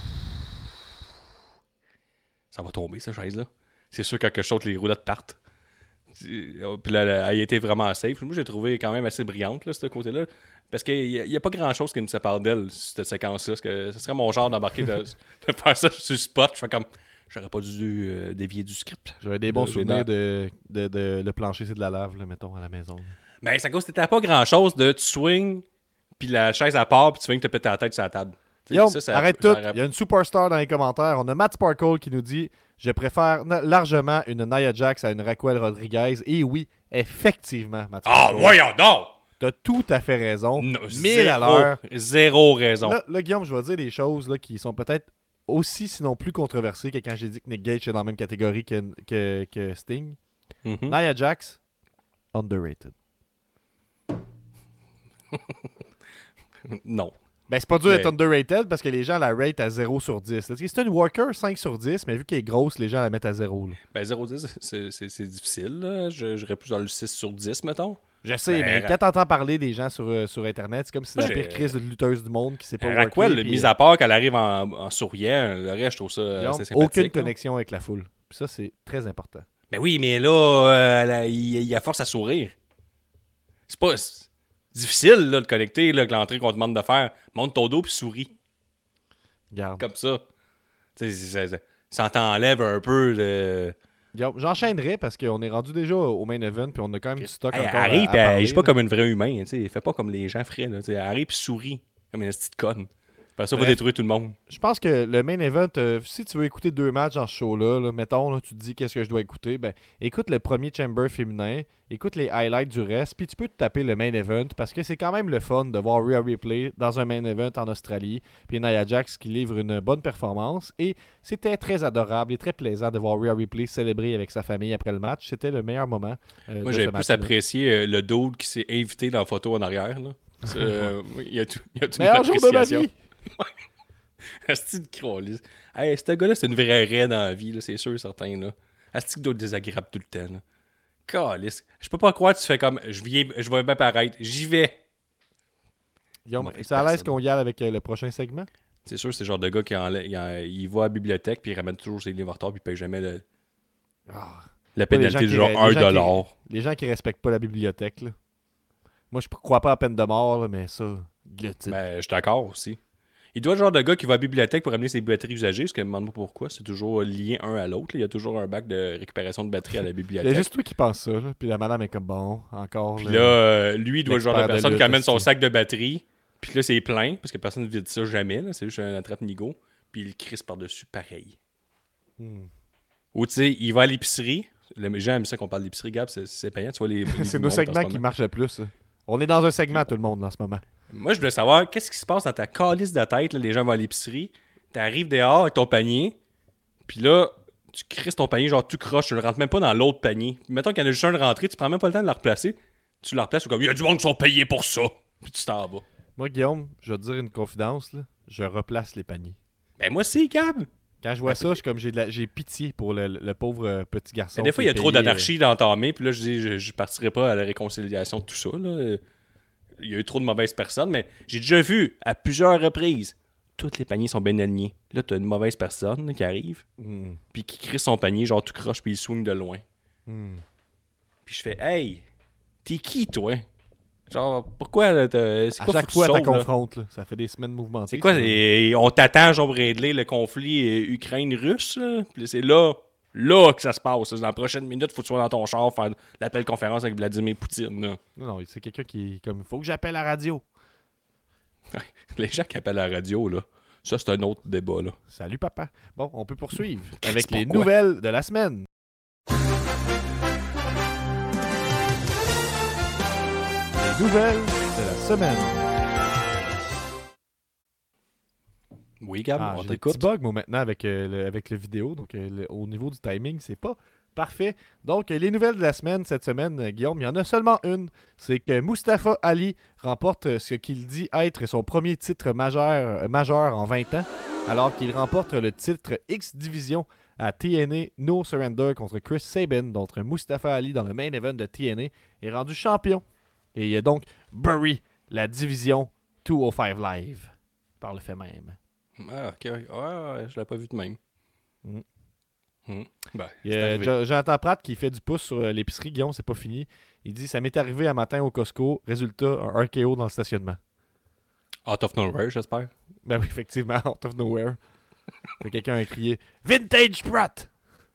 S3: Ça va tomber, cette chaise-là. C'est sûr que quelque chose, les roulettes partent. Puis là, elle a été vraiment safe. Moi, j'ai trouvé quand même assez brillante, là, ce côté-là. Parce qu'il n'y a pas grand-chose qui nous sépare d'elle, cette séquence-là. Ce serait mon genre d'embarquer de faire ça sur le spot. Je fais comme, j'aurais pas dû dévier du script.
S2: J'avais des bons souvenirs de le plancher, c'est de la lave, là, mettons, à la maison.
S3: Ben, ça cause que t'étais pas grand-chose de tu swing, puis la chaise à part, puis tu swing, te péter la tête sur la table.
S2: Yo, arrête tout. Il y a une superstar dans les commentaires. On a Matt Sparkle qui nous dit « Je préfère largement une Nia Jax à une Raquel Rodriguez. » Et oui, effectivement, Matt Sparkle.
S3: Ah, voyons donc!
S2: T'as tout à fait raison.
S3: No,
S2: 1000 à l'heure.
S3: Zéro raison.
S2: Là, Guillaume, je vais dire des choses là, qui sont peut-être aussi, sinon plus controversées que quand j'ai dit que Nick Gage est dans la même catégorie que Sting.
S3: Mm-hmm.
S2: Nia Jax, underrated.
S3: Non.
S2: Ben, c'est pas dur d'être underrated parce que les gens la rate à 0 sur 10. C'est une worker 5 sur 10, mais vu qu'elle est grosse, les gens la mettent à 0. Là.
S3: Ben, 0-10, c'est difficile. J'aurais plus dans le 6 sur 10, mettons.
S2: Je sais, mais quand t'entends parler des gens sur Internet, c'est comme si c'est la pire crise de lutteuse du monde qui sait pas
S3: Raquel, mis à part qu'elle arrive en souriant, le reste, je trouve ça assez sympathique.
S2: Aucune connexion avec la foule. Puis ça, c'est très important.
S3: Ben oui, mais là, il a force à sourire. C'est pas difficile là, de connecter là, que l'entrée qu'on te demande de faire. Monte ton dos puis souris.
S2: Garde.
S3: Comme ça. Ça t'enlève un peu de...
S2: J'enchaînerai parce qu'on est rendu déjà au main event puis on a quand même du stock encore
S3: Arrive,
S2: à parler,
S3: agis pas comme une vraie humaine. Fais pas comme les gens feraient. Là, arrive puis souris comme une petite conne. Après ça, va détruire tout le monde.
S2: Je pense que le main event, si tu veux écouter 2 matchs dans ce show-là, mettons, là, tu te dis qu'est-ce que je dois écouter, ben écoute le premier Chamber féminin, écoute les highlights du reste, puis tu peux te taper le main event parce que c'est quand même le fun de voir Rhea Ripley dans un main event en Australie, puis Nia Jax qui livre une bonne performance. Et c'était très adorable et très plaisant de voir Rhea Ripley célébrer avec sa famille après le match. C'était le meilleur moment.
S3: Moi, j'ai plus apprécié le dude qui s'est invité dans la photo en arrière. Là. Il y a tout
S2: meilleur jour de ma vie!
S3: Asti de crôlisse. Hey, ce gars-là, c'est une vraie raie dans la vie, là, c'est sûr, certain. Là. Asti que d'autres désagréables tout le temps. Là. Calisse. Je peux pas croire que tu fais comme je vais bien paraître. J'y vais.
S2: Guillaume, c'est à l'aise qu'on y aille avec le prochain segment?
S3: C'est sûr, c'est le genre de gars qui il va à la bibliothèque puis il ramène toujours ses livres en retard puis il paye jamais la pénalité de genre $1.
S2: Les gens qui respectent pas la bibliothèque, là. Moi, je crois pas à peine de mort, là, mais ça, glutide.
S3: Ben, je suis d'accord aussi. Il doit être le genre de gars qui va à la bibliothèque pour ramener ses batteries usagées, parce que je me demande pas pourquoi, c'est toujours lié un à l'autre. Il y a toujours un bac de récupération de batterie à la bibliothèque.
S2: Il y a juste toi qui pense ça, là. Puis la madame est comme bon, encore.
S3: Puis là, lui, il doit être le genre de personne
S2: lutte,
S3: qui amène son sac de batterie, puis là, c'est plein, parce que personne ne vide ça jamais, là. C'est juste un attrape-nigo, puis il crisse par-dessus pareil. Ou tu sais, il va à l'épicerie. Les gens aiment ça qu'on parle d'épicerie, Gab, c'est payant. Tu vois les
S2: c'est nos segments qui marchent le plus. On est dans un segment, tout le monde, en ce moment.
S3: Moi, je voulais savoir, qu'est-ce qui se passe dans ta calice de tête, là, les gens vont à l'épicerie, t'arrives dehors avec ton panier, puis là, tu crisses ton panier, genre tu croches, tu le rentres même pas dans l'autre panier. Mettons qu'il y en a juste un de rentré, tu prends même pas le temps de le replacer, tu le replaces, comme, il y a du monde qui sont payés pour ça, puis tu t'en vas.
S2: Moi, Guillaume, je vais te dire une confidence, là. Je replace les paniers.
S3: Ben moi aussi, Gab!
S2: Quand je vois ça, je suis comme j'ai pitié pour le pauvre petit garçon.
S3: Mais des fois, il y a trop d'anarchie d'entamer, puis là, je dis, je partirai pas à la réconciliation de tout ça, là. Il y a eu trop de mauvaises personnes, mais j'ai déjà vu à plusieurs reprises, tous les paniers sont bien alignés. Là, t'as une mauvaise personne là, qui arrive, puis qui crie son panier, genre tout croche, puis il swing de loin. Puis je fais, hey, t'es qui, toi? Genre, pourquoi? C'est quoi,
S2: à chaque fois, tu confrontes. Là. Ça fait des semaines mouvementées.
S3: C'est quoi? On t'attend, genre, pour régler le conflit Ukraine-Russe. Puis c'est là que ça se passe. Dans la prochaine minute, faut que tu sois dans ton char faire l'appel conférence avec Vladimir Poutine. Là.
S2: Non, c'est quelqu'un qui est comme, faut que j'appelle la radio.
S3: Les gens qui appellent la radio, là, ça, c'est un autre débat. Là.
S2: Salut, papa. Bon, on peut poursuivre avec les nouvelles de la semaine. Les nouvelles de la semaine.
S3: Oui, Gab, on
S2: j'ai
S3: t'écoute.
S2: un petit bug, moi, maintenant, avec le vidéo. Donc, au niveau du timing, c'est pas parfait. Donc, les nouvelles de la semaine, cette semaine, Guillaume, il y en a seulement une. C'est que Mustafa Ali remporte ce qu'il dit être son premier titre majeur en 20 ans, alors qu'il remporte le titre X-Division à TNA No Surrender contre Chris Sabin. Donc, Mustafa Ali, dans le main event de TNA, est rendu champion. Et il a donc bury la division 205 Live, par le fait même.
S3: Ah, ok. Ouais, je l'ai pas vu de même. Ben,
S2: il y a Jonathan Pratt qui fait du pouce sur l'épicerie. Guillaume, c'est pas fini. Il dit, ça m'est arrivé un matin au Costco. Résultat, un RKO dans le stationnement.
S3: Out of nowhere, j'espère.
S2: Ben oui, effectivement, out of nowhere. Quelqu'un a crié « Vintage Pratt! »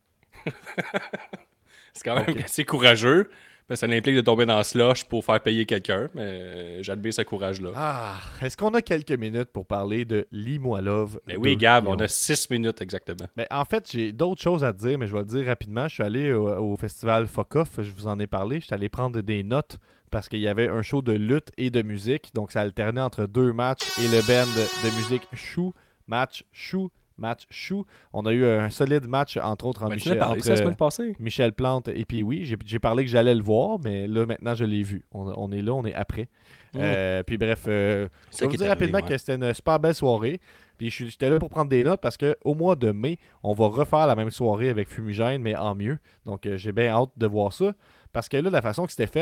S3: C'est quand même assez courageux. Ça implique de tomber dans le slush pour faire payer quelqu'un, mais j'admire ce courage-là.
S2: Ah, est-ce qu'on a quelques minutes pour parler de Limoilov?
S3: Mais oui, Gab, on a 6 minutes exactement.
S2: Mais en fait, j'ai d'autres choses à te dire, mais je vais le dire rapidement. Je suis allé au festival Fuck Off, je vous en ai parlé. Je suis allé prendre des notes parce qu'il y avait un show de lutte et de musique. Donc, ça alternait entre 2 matchs et le band de musique Chou, match Chou. On a eu un solide match, entre autres, entre Michel Plante et puis oui, j'ai parlé que j'allais le voir, mais là, maintenant, je l'ai vu. On est là, on est après. Puis bref, je vais vous dire rapidement que c'était une super belle soirée. Puis j'étais là pour prendre des notes parce qu'au mois de mai, on va refaire la même soirée avec Fumigène, mais en mieux. Donc, j'ai bien hâte de voir ça. Parce que là, la façon que c'était fait,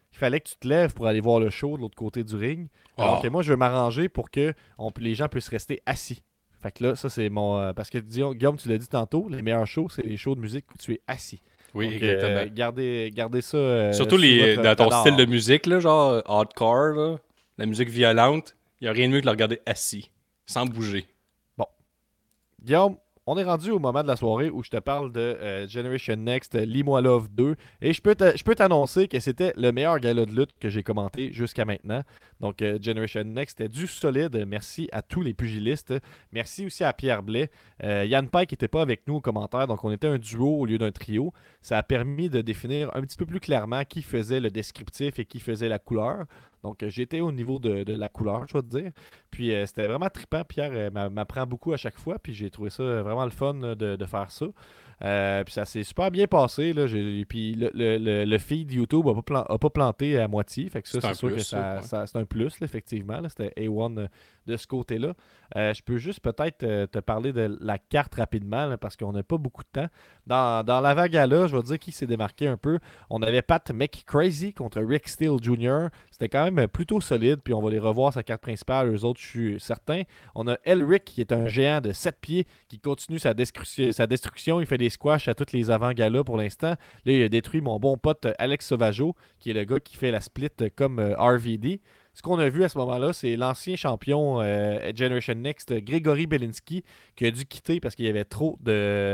S2: il fallait que tu te lèves pour aller voir le show de l'autre côté du ring. Alors que moi, je veux m'arranger pour que les gens puissent rester assis. Fait que là, ça, c'est mon... parce que, Guillaume, tu l'as dit tantôt, les meilleurs shows, c'est les shows de musique où tu es assis.
S3: Oui,
S2: Donc,
S3: exactement.
S2: gardez ça.
S3: Surtout dans ton style de musique, là, genre hardcore, là, la musique violente, il n'y a rien de mieux que le regarder assis, sans bouger.
S2: Bon. Guillaume, on est rendu au moment de la soirée où je te parle de Generation Next, Lis-moi Love 2. Et je peux t'annoncer que c'était le meilleur gala de lutte que j'ai commenté jusqu'à maintenant. Donc, Generation Next était du solide. Merci à tous les pugilistes. Merci aussi à Pierre Blais. Yann Pike n'était pas avec nous aux commentaires, donc on était un duo au lieu d'un trio. Ça a permis de définir un petit peu plus clairement qui faisait le descriptif et qui faisait la couleur. Donc, j'étais au niveau de la couleur, je vais te dire. Puis, c'était vraiment trippant. Pierre m'apprend beaucoup à chaque fois. Puis, j'ai trouvé ça vraiment le fun de faire ça. Puis, ça s'est super bien passé. Là. Puis, le feed YouTube n'a pas planté à moitié. Fait que ça, c'est sûr que c'est un plus, là, effectivement. Là. C'était A1 de ce côté-là. Je peux juste peut-être te parler de la carte rapidement là, parce qu'on n'a pas beaucoup de temps. Dans l'avant-gala, je vais te dire qui s'est démarqué un peu. On avait Pat McCrazy contre Rick Steele Jr. C'était quand même plutôt solide, puis on va les revoir sa carte principale, eux autres, je suis certain. On a Elric, qui est un géant de 7 pieds, qui continue sa destruction. Il fait des squash à tous les avant-galas pour l'instant. Là, il a détruit mon bon pote Alex Sauvageau, qui est le gars qui fait la split comme RVD. Ce qu'on a vu à ce moment-là, c'est l'ancien champion Generation Next, Grégory Belinsky, qui a dû quitter parce qu'il y avait trop de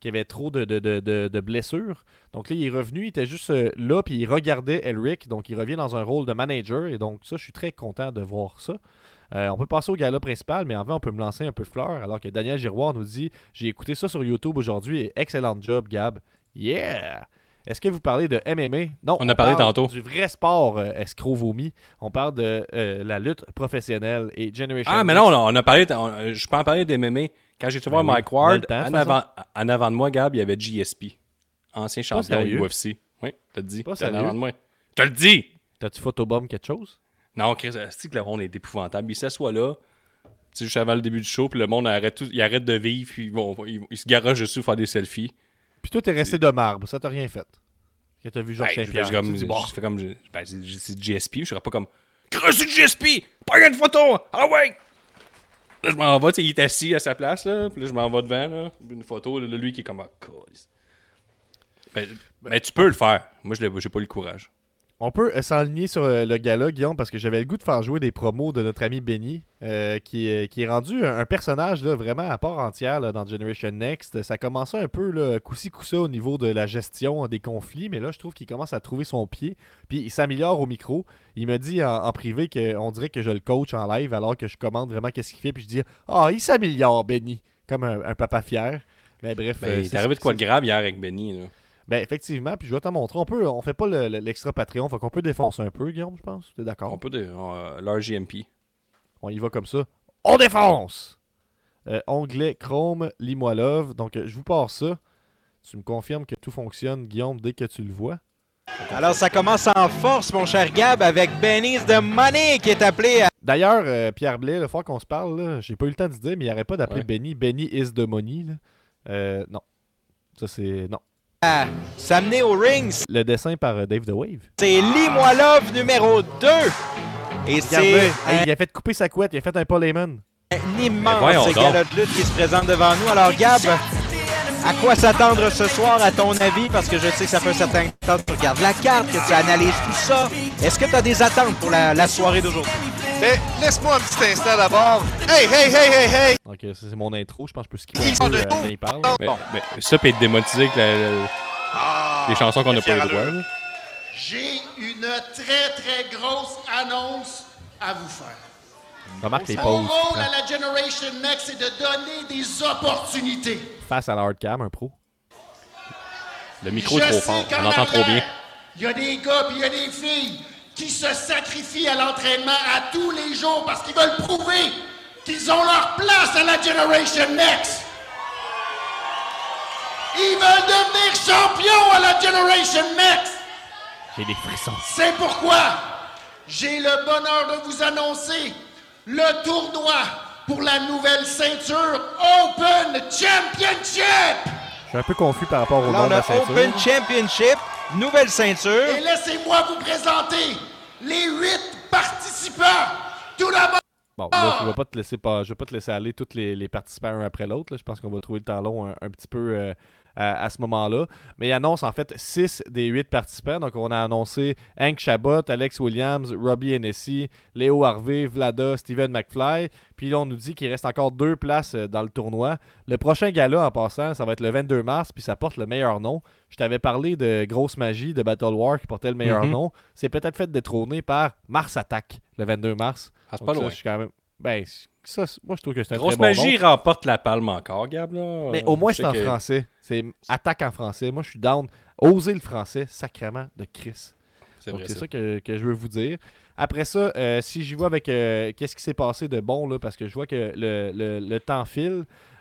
S2: blessures. Donc là, il est revenu, il était juste là, puis il regardait Elric. Donc, il revient dans un rôle de manager. Et donc, ça, je suis très content de voir ça. On peut passer au gala principal, mais avant, on peut me lancer un peu de fleurs. Alors que Daniel Giroir nous dit « J'ai écouté ça sur YouTube aujourd'hui et excellent job, Gab. Yeah! » Est-ce que vous parlez de MMA? Non,
S3: on a parlé tantôt.
S2: Du vrai sport escroc vomi. On parle de la lutte professionnelle et Generation.
S3: Ah, mais non, on a parlé. Je peux en parler de MMA. Quand j'ai été voir Mike Ward, en avant de moi, Gab, il y avait GSP, ancien champion de UFC. Oui, t'as dit.
S2: Pas
S3: en
S2: sérieux.
S3: avant de moi. Je te le dis!
S2: T'as-tu photobomb quelque chose?
S3: Non, Chris, c'est que le monde est épouvantable. Il s'assoit là, tu sais, juste avant le début du show, puis le monde arrête de vivre, puis il se garage dessus pour faire des selfies.
S2: Puis toi, t'es resté de marbre, ça t'a rien fait. Que t'as vu Georges Saint-Pierre.
S3: Je fais comme. C'est GSP, je serais pas comme. C'est GSP! Pas une photo! Ah ouais! Là, je m'en vais, tu sais, il est assis à sa place, là. Puis là, je m'en vais devant, là. Une photo de lui qui est comme. Mais tu peux le faire. Moi, j'ai pas eu le courage.
S2: On peut s'enligner sur le gala, Guillaume, parce que j'avais le goût de faire jouer des promos de notre ami Benny, qui est rendu un personnage là, vraiment à part entière là, dans Generation Next. Ça commençait un peu là, coup-ci, coup-ça au niveau de la gestion des conflits, mais là, je trouve qu'il commence à trouver son pied. Puis il s'améliore au micro. Il me dit en privé qu'on dirait que je le coach en live alors que je commande vraiment qu'est-ce qu'il fait. Puis je dis « Ah, il s'améliore, Benny! » Comme un papa fier. Mais bref.
S3: Il t'est arrivé de quoi de grave hier avec Benny, là?
S2: Ben effectivement, puis je vais t'en montrer. On fait pas l'extra Patreon, fait qu'on peut défoncer un peu, Guillaume, je pense. T'es d'accord?
S3: On peut l'RGMP.
S2: On y va comme ça. On défonce! Onglet Chrome, Lis-moi Love. Donc, je vous passe ça. Tu me confirmes que tout fonctionne, Guillaume, dès que tu le vois.
S6: Alors, ça commence en force, mon cher Gab, avec Benny's The Money qui est appelé à...
S2: D'ailleurs, Pierre Blais, la fois qu'on se parle, là, j'ai pas eu le temps de dire, mais il n'arrête pas d'appeler Benny. Benny is the money. Là. Non. Ça, c'est... Non.
S6: S'amener au ring.
S2: Le dessin par Dave The Wave.
S6: C'est Lis-moi Love numéro 2. Et c'est...
S2: il a fait couper sa couette, il a fait un Paul Heyman.
S6: Un immense gala de lutte qui se présente devant nous. Alors, Gab, à quoi s'attendre ce soir, à ton avis? Parce que je sais que ça fait un certain temps que tu regardes la carte, que tu analyses tout ça. Est-ce que tu as des attentes pour la soirée d'aujourd'hui?
S7: Mais laisse-moi un petit instant d'abord. Hey!
S2: Ok, ça c'est mon intro, je pense que je peux skipper un peu quand il parle.
S3: Mais ça peut être démonétisé avec les chansons qu'on n'a pas le droit. Là.
S4: J'ai une très très grosse annonce à vous faire.
S2: Remarque les
S4: Mon
S2: pauses.
S4: rôle à la Generation Next, c'est de donner des opportunités.
S2: Face à la hardcam, un pro.
S3: Le micro est trop fort, on entend trop bien.
S4: Il y a des gars et il y a des filles qui se sacrifient à l'entraînement à tous les jours parce qu'ils veulent prouver qu'ils ont leur place à la Generation Next. Ils veulent devenir champions à la Generation Next.
S2: J'ai des frissons.
S4: C'est pourquoi j'ai le bonheur de vous annoncer le tournoi pour la nouvelle ceinture Open Championship.
S2: Je suis un peu confus par rapport au
S6: Là,
S2: nom
S6: on
S2: de la
S6: a
S2: ceinture.
S6: Open Championship. nouvelle ceinture.
S4: Et laissez-moi vous présenter les 8 participants. Tout d'abord...
S2: Bon, là, je vais pas te laisser aller tous les participants un après l'autre. Là. Je pense qu'on va trouver le temps long un petit peu à ce moment-là. Mais il annonce en fait 6 des 8 participants. Donc, on a annoncé Hank Chabot, Alex Williams, Robbie Hennessy, Léo Harvey, Vlada, Steven McFly. Puis là, on nous dit qu'il reste encore 2 places dans le tournoi. Le prochain gala, en passant, ça va être le 22 mars, puis ça porte le meilleur nom. Je t'avais parlé de Grosse Magie, de Battle War, qui portait le meilleur nom. C'est peut-être fait détrôner par Mars Attack, le 22 mars.
S3: Ah, c'est pas loin.
S2: Je suis quand même... Ben, ça, moi, je trouve que c'est un
S3: Grosse
S2: très bon
S3: Magie
S2: nom.
S3: remporte la palme encore, Gab. Là.
S2: Mais au moins,
S3: Je
S2: c'est
S3: sais
S2: en
S3: que-
S2: français. C'est attaque en français. Moi, je suis down. Osez le français, sacrément de Chris.
S3: C'est
S2: Donc,
S3: vrai,
S2: c'est
S3: ça.
S2: ça que je veux vous dire. Après ça, si j'y vois avec qu'est-ce qui s'est passé de bon, là, parce que je vois que le temps file.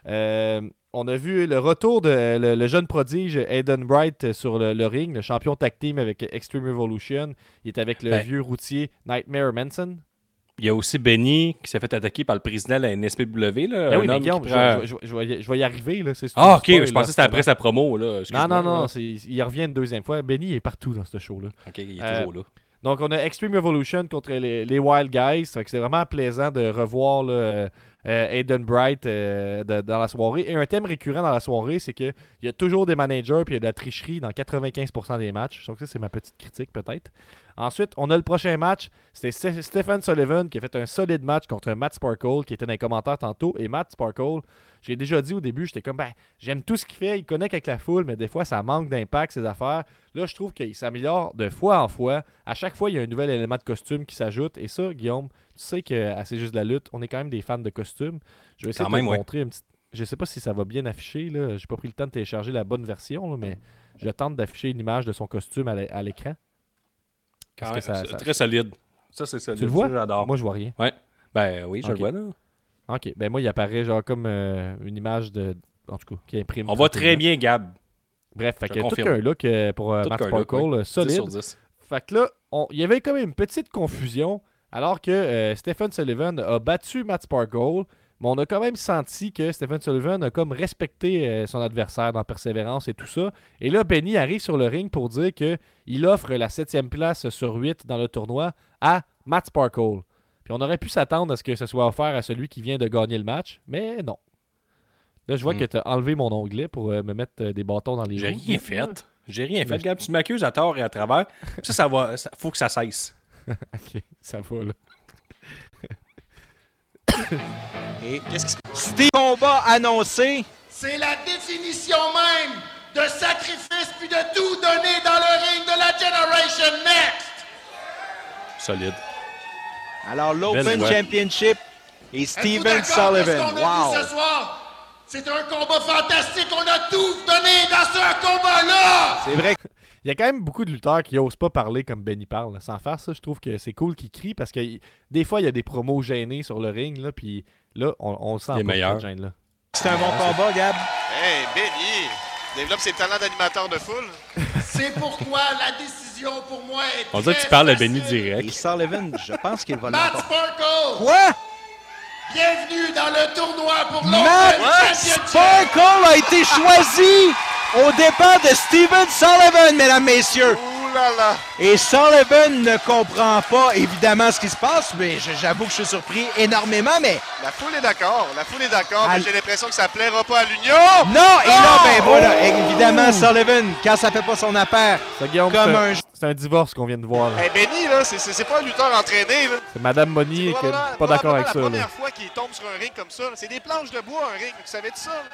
S2: On a vu le retour de le jeune prodige Aiden Bright sur le ring, le champion tag team avec Extreme Revolution. Il est avec le
S3: Ben.
S2: vieux routier Nightmare Manson.
S3: Il y a aussi Benny qui s'est fait attaquer par le président de la NSPW. Là,
S2: Ben
S3: un
S2: oui, mais
S3: homme
S2: Guillaume,
S3: qui prend-
S2: je vais y arriver. Là, c'est
S3: Ah, ok,
S2: spoil,
S3: je
S2: là,
S3: pensais que c'était après
S2: c'est
S3: sa promo. Là.
S2: Non,
S3: Excuse-moi,
S2: non, non,
S3: là.
S2: il revient une deuxième fois. Benny est partout dans ce show-là.
S3: Ok, il est toujours là.
S2: Donc, on a Extreme Revolution contre les Wild Guys. Ça fait que c'est vraiment plaisant de revoir là, Aiden Bright dans la soirée. Et un thème récurrent dans la soirée, c'est qu'il y a toujours des managers puis il y a de la tricherie dans 95% des matchs. Donc, ça, c'est ma petite critique, peut-être. Ensuite, on a le prochain match. C'était Stephen Sullivan qui a fait un solide match contre Matt Sparkle, qui était dans les commentaires tantôt. Et Matt Sparkle, j'ai déjà dit au début, j'étais comme, ben, j'aime tout ce qu'il fait. Il connecte avec la foule, mais des fois, ça manque d'impact, ses affaires. Là, je trouve qu'il s'améliore de fois en fois. À chaque fois, il y a un nouvel élément de costume qui s'ajoute. Et ça, Guillaume, tu sais qu'à C'est juste de la lutte, on est quand même des fans de costumes. Je vais essayer
S3: Quand
S2: de te
S3: même, ouais.
S2: montrer une petite... Je sais pas si ça va bien afficher. Là. J'ai pas pris le temps de télécharger la bonne version, là, mais je tente d'afficher une image de son costume à l'écran.
S3: Quand
S2: Parce que
S3: même,
S2: ça- ça-
S3: Très solide. Ça, c'est solide.
S2: Tu le vois?
S3: Ça, j'adore.
S2: Moi, je vois rien.
S3: Ben oui, je
S2: Ok.
S3: le vois là.
S2: OK. Ben moi, il apparaît genre comme une image de... En tout cas, qui imprime.
S3: On voit
S2: tranquillement.
S3: très bien Gab.
S2: Bref, fait
S3: Je
S2: que tout
S3: confirme.
S2: qu'un look pour
S3: Tout
S2: Matt
S3: qu'un look,
S2: Sparkle,
S3: oui. 10
S2: solide.
S3: sur 10.
S2: Fait que là, il y avait quand même une petite confusion alors que Stephen Sullivan a battu Matt Sparkle, mais on a quand même senti que Stephen Sullivan a comme respecté son adversaire dans Persévérance et tout ça. Et là, Benny arrive sur le ring pour dire qu'il offre la 7e place sur 8 dans le tournoi à Matt Sparkle. Puis on aurait pu s'attendre à ce que ce soit offert à celui qui vient de gagner le match, mais non. Là, je vois que tu as enlevé mon onglet pour me mettre des bâtons dans les
S3: J'ai
S2: roues.
S3: rien fait. J'ai rien fait, Gab. Tu m'accuses à tort et à travers. Ça va. Faut que ça cesse.
S2: OK, ça va là.
S6: Et qu'est-ce qui se passe? Steve combat annoncé.
S4: C'est la définition même de sacrifice puis de tout donner dans le ring de la Generation Next.
S3: Solide.
S6: Alors, l'Open
S3: Belle voix.
S6: Championship et
S4: Êtes-vous
S6: Steven
S4: d'accord avec
S6: Sullivan.
S4: ce qu'on a
S6: Wow.
S4: vu ce soir? C'est un combat fantastique. On a tout donné dans ce combat-là.
S6: C'est vrai.
S2: Il y a quand même beaucoup de lutteurs qui n'osent pas parler comme Benny parle. Là. Sans faire ça, je trouve que c'est cool qu'ils crient parce que des fois, il y a des promos gênés sur le ring. Là, puis là, on le sent
S3: Il est
S2: pas,
S3: meilleur.
S2: cette gêne-là.
S6: C'est un bon combat, Gab.
S7: Hey, Benny, développe ses talents d'animateur de foule.
S4: C'est pourquoi la décision pour moi est
S3: On dirait que
S4: très
S3: tu parles de
S4: facile.
S3: Benny
S6: Et
S3: direct.
S6: Sullivan, je pense qu'il va
S4: Matt
S6: l'emporter.
S4: Sparkle,
S6: Quoi?
S4: bienvenue dans le tournoi pour
S6: Matt
S4: l'Open Championship.
S6: Sparkle a été choisi au départ de Steven Sullivan, mesdames, messieurs.
S7: Ouh là là.
S6: Et Sullivan ne comprend pas évidemment ce qui se passe, mais j'avoue que je suis surpris énormément, mais
S7: La foule est d'accord. La foule est d'accord,
S6: Ah,
S7: mais j'ai l'impression que ça plaira pas à l'Union.
S6: non! Et là, ben voilà, évidemment, Sullivan, quand ça fait pas son affaire,
S2: Ça, Guillaume,
S6: Comme
S2: c'est un divorce qu'on vient de voir. là.
S7: Hey, Benny, là, c'est pas un lutteur entraîné, là.
S2: C'est Madame Money
S7: C'est
S2: qui est
S7: probablement-
S2: pas d'accord avec ça.
S7: probablement la
S2: là.
S7: première fois qu'il tombe sur un ring comme ça, là. C'est des planches de bois, un ring. Vous savez de ça? là?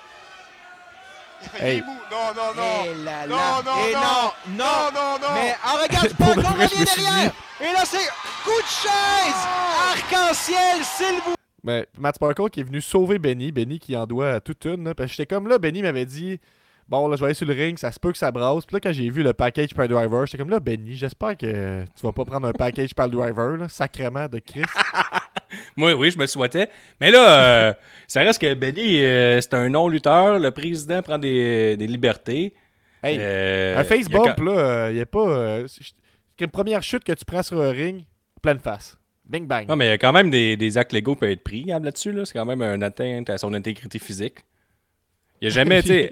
S7: Il est
S2: Hey.
S7: mou. Non, non, non.
S6: Et là,
S7: Non,
S6: là.
S7: non,
S6: Et
S7: non.
S6: non.
S7: Non, non.
S6: Mais regarde
S2: Pour
S6: pas
S2: de
S6: qu'on
S2: vrai, je
S6: revient
S2: me suis
S6: derrière. Et là, c'est coup de chaise. Arc-en-ciel, s'il vous
S2: Mais Matt Sparkle qui est venu sauver Benny. Benny qui en doit toute une. Là, parce que j'étais comme là, Benny m'avait dit bon, là, je vais aller sur le ring, ça se peut que ça brasse. Puis là, quand j'ai vu le package par driver, j'étais comme là, Benny, j'espère que tu vas pas prendre un package par driver, là, sacrément de Christ.
S3: Moi, oui, je me le souhaitais. Mais là, ça reste que Benny, c'est un non-lutteur. Le président prend des libertés.
S2: Hey,
S3: Euh,
S2: un face
S3: il y a
S2: bump,
S3: quand-
S2: là, il n'y a pas. C'est une première chute que tu prends sur un ring, pleine face. Bing bang.
S3: Non, mais il y a quand même des actes légaux qui peuvent être pris Gab, là-dessus. Là. C'est quand même une atteinte à son intégrité physique. Il n'y a jamais, tu sais.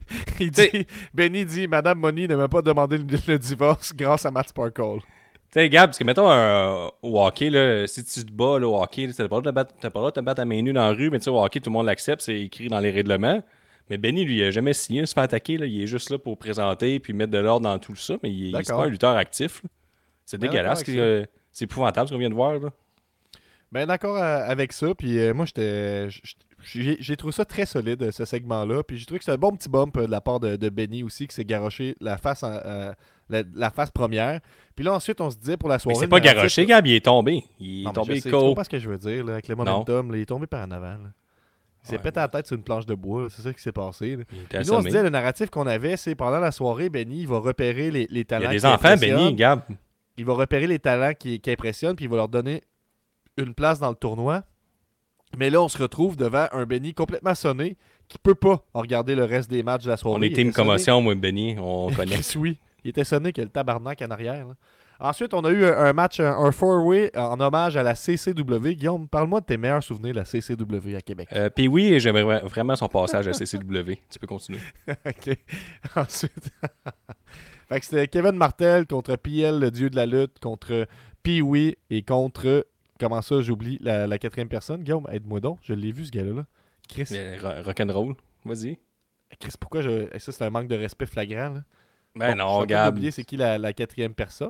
S2: Benny dit Madame Money ne m'a pas demandé le divorce grâce à Matt Sparkle.
S3: Tu sais, Gab, parce que mettons au hockey, là, si tu te bats là, au hockey, t'as pas le droit de te battre à main nue dans la rue, mais tu sais, au hockey, tout le monde l'accepte, c'est écrit dans les règlements. Mais Benny, lui, il a jamais signé se faire attaquer. Là. Il est juste là pour présenter puis mettre de l'ordre dans tout ça, mais il c'est pas un lutteur actif. Là. C'est dégueulasse. C'est épouvantable ce qu'on vient de voir. Là.
S2: Ben d'accord avec ça. Puis moi, j'ai trouvé ça très solide, ce segment-là. Puis j'ai trouvé que c'est un bon petit bump de la part de Benny aussi, qui s'est garoché la face la face première. Puis là, ensuite, on se disait pour la soirée...
S3: Mais c'est pas garoché, Gab, il est tombé. Il est
S2: tombé
S3: KO.
S2: C'est pas ce que je veux dire, là, avec le momentum. Là, il est tombé par en avant. Là. Il s'est pété la tête sur une planche de bois. C'est ça qui s'est passé. Puis nous, on se disait, le narratif qu'on avait, c'est pendant la soirée, Benny, il va repérer les talents. Il y a
S3: des enfants, Benny, Gab.
S2: Il va repérer les talents qui impressionnent, puis il va leur donner une place dans le tournoi. Mais là, on se retrouve devant un Benny complètement sonné qui peut pas regarder le reste des matchs de la soirée.
S3: On était une commotion, moi, Benny. On connaît.
S2: Oui. Il était sonné que le tabarnak en arrière. Là. Ensuite, on a eu un match, un four-way en hommage à la CCW. Guillaume, parle-moi de tes meilleurs souvenirs de la CCW à Québec.
S3: Puis oui, j'aimerais vraiment son passage à CCW. Tu peux continuer.
S2: OK. Ensuite, fait que c'était Kevin Martel contre PL, le dieu de la lutte, contre Pee-Wee et contre... Comment ça, j'oublie la quatrième personne? Guillaume, aide-moi donc. Je l'ai vu, ce gars-là. Chris.
S3: Rock'n'roll. Vas-y.
S2: Chris, pourquoi ça, c'est un manque de respect flagrant, là?
S3: Ben non, Gab.
S2: J'ai oublié c'est qui la quatrième personne.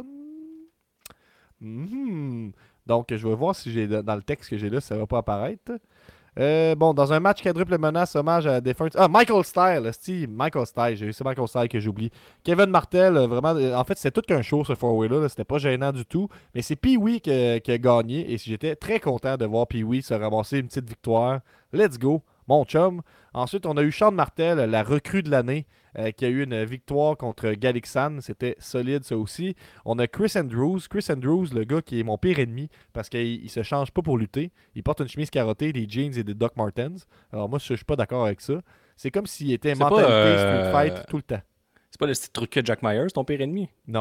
S2: Donc, je vais voir si j'ai dans le texte que j'ai là, si ça va pas apparaître. Bon, dans un match quadruple menace, hommage à la défunte... Ah, Michael Style, Michael Style, c'est Michael Style que j'oublie. Kevin Martel, vraiment, en fait, c'était tout qu'un show, ce four-way-là, c'était pas gênant du tout, mais c'est Pee-Wee qui a gagné, et j'étais très content de voir Pee-Wee se ramasser une petite victoire. Let's go, mon chum. Ensuite, on a eu Sean Martel, la recrue de l'année, qui a eu une victoire contre Galixan. C'était solide, ça aussi. On a Chris Andrews. Chris Andrews, le gars qui est mon pire ennemi parce qu'il se change pas pour lutter. Il porte une chemise carottée, des jeans et des Doc Martens. Alors moi, je suis pas d'accord avec ça. C'est comme s'il était mentalité Street Fight tout le temps.
S3: C'est pas le style truc que Jack Myers, ton pire ennemi?
S2: Non.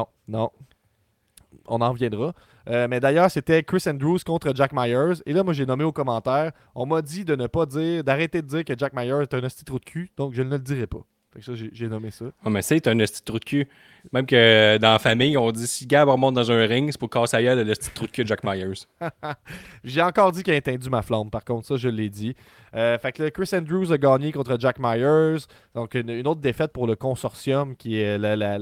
S2: On en reviendra. Mais d'ailleurs, c'était Chris Andrews contre Jack Myers. Et là, moi, j'ai nommé aux commentaires. On m'a dit de ne pas dire, d'arrêter de dire que Jack Myers est un hostie trou de cul. Donc, je ne le dirai pas. Fait que ça, j'ai nommé ça.
S3: Oh, mais c'est un hostie trou de cul. Même que dans la famille, on dit si Gab remonte dans un ring, c'est pour casser à gueule le hostie trou de cul de Jack Myers.
S2: J'ai encore dit qu'il a éteint ma flamme. Par contre, ça, je l'ai dit. Fait que Chris Andrews a gagné contre Jack Myers. Donc, une autre défaite pour le consortium, qui est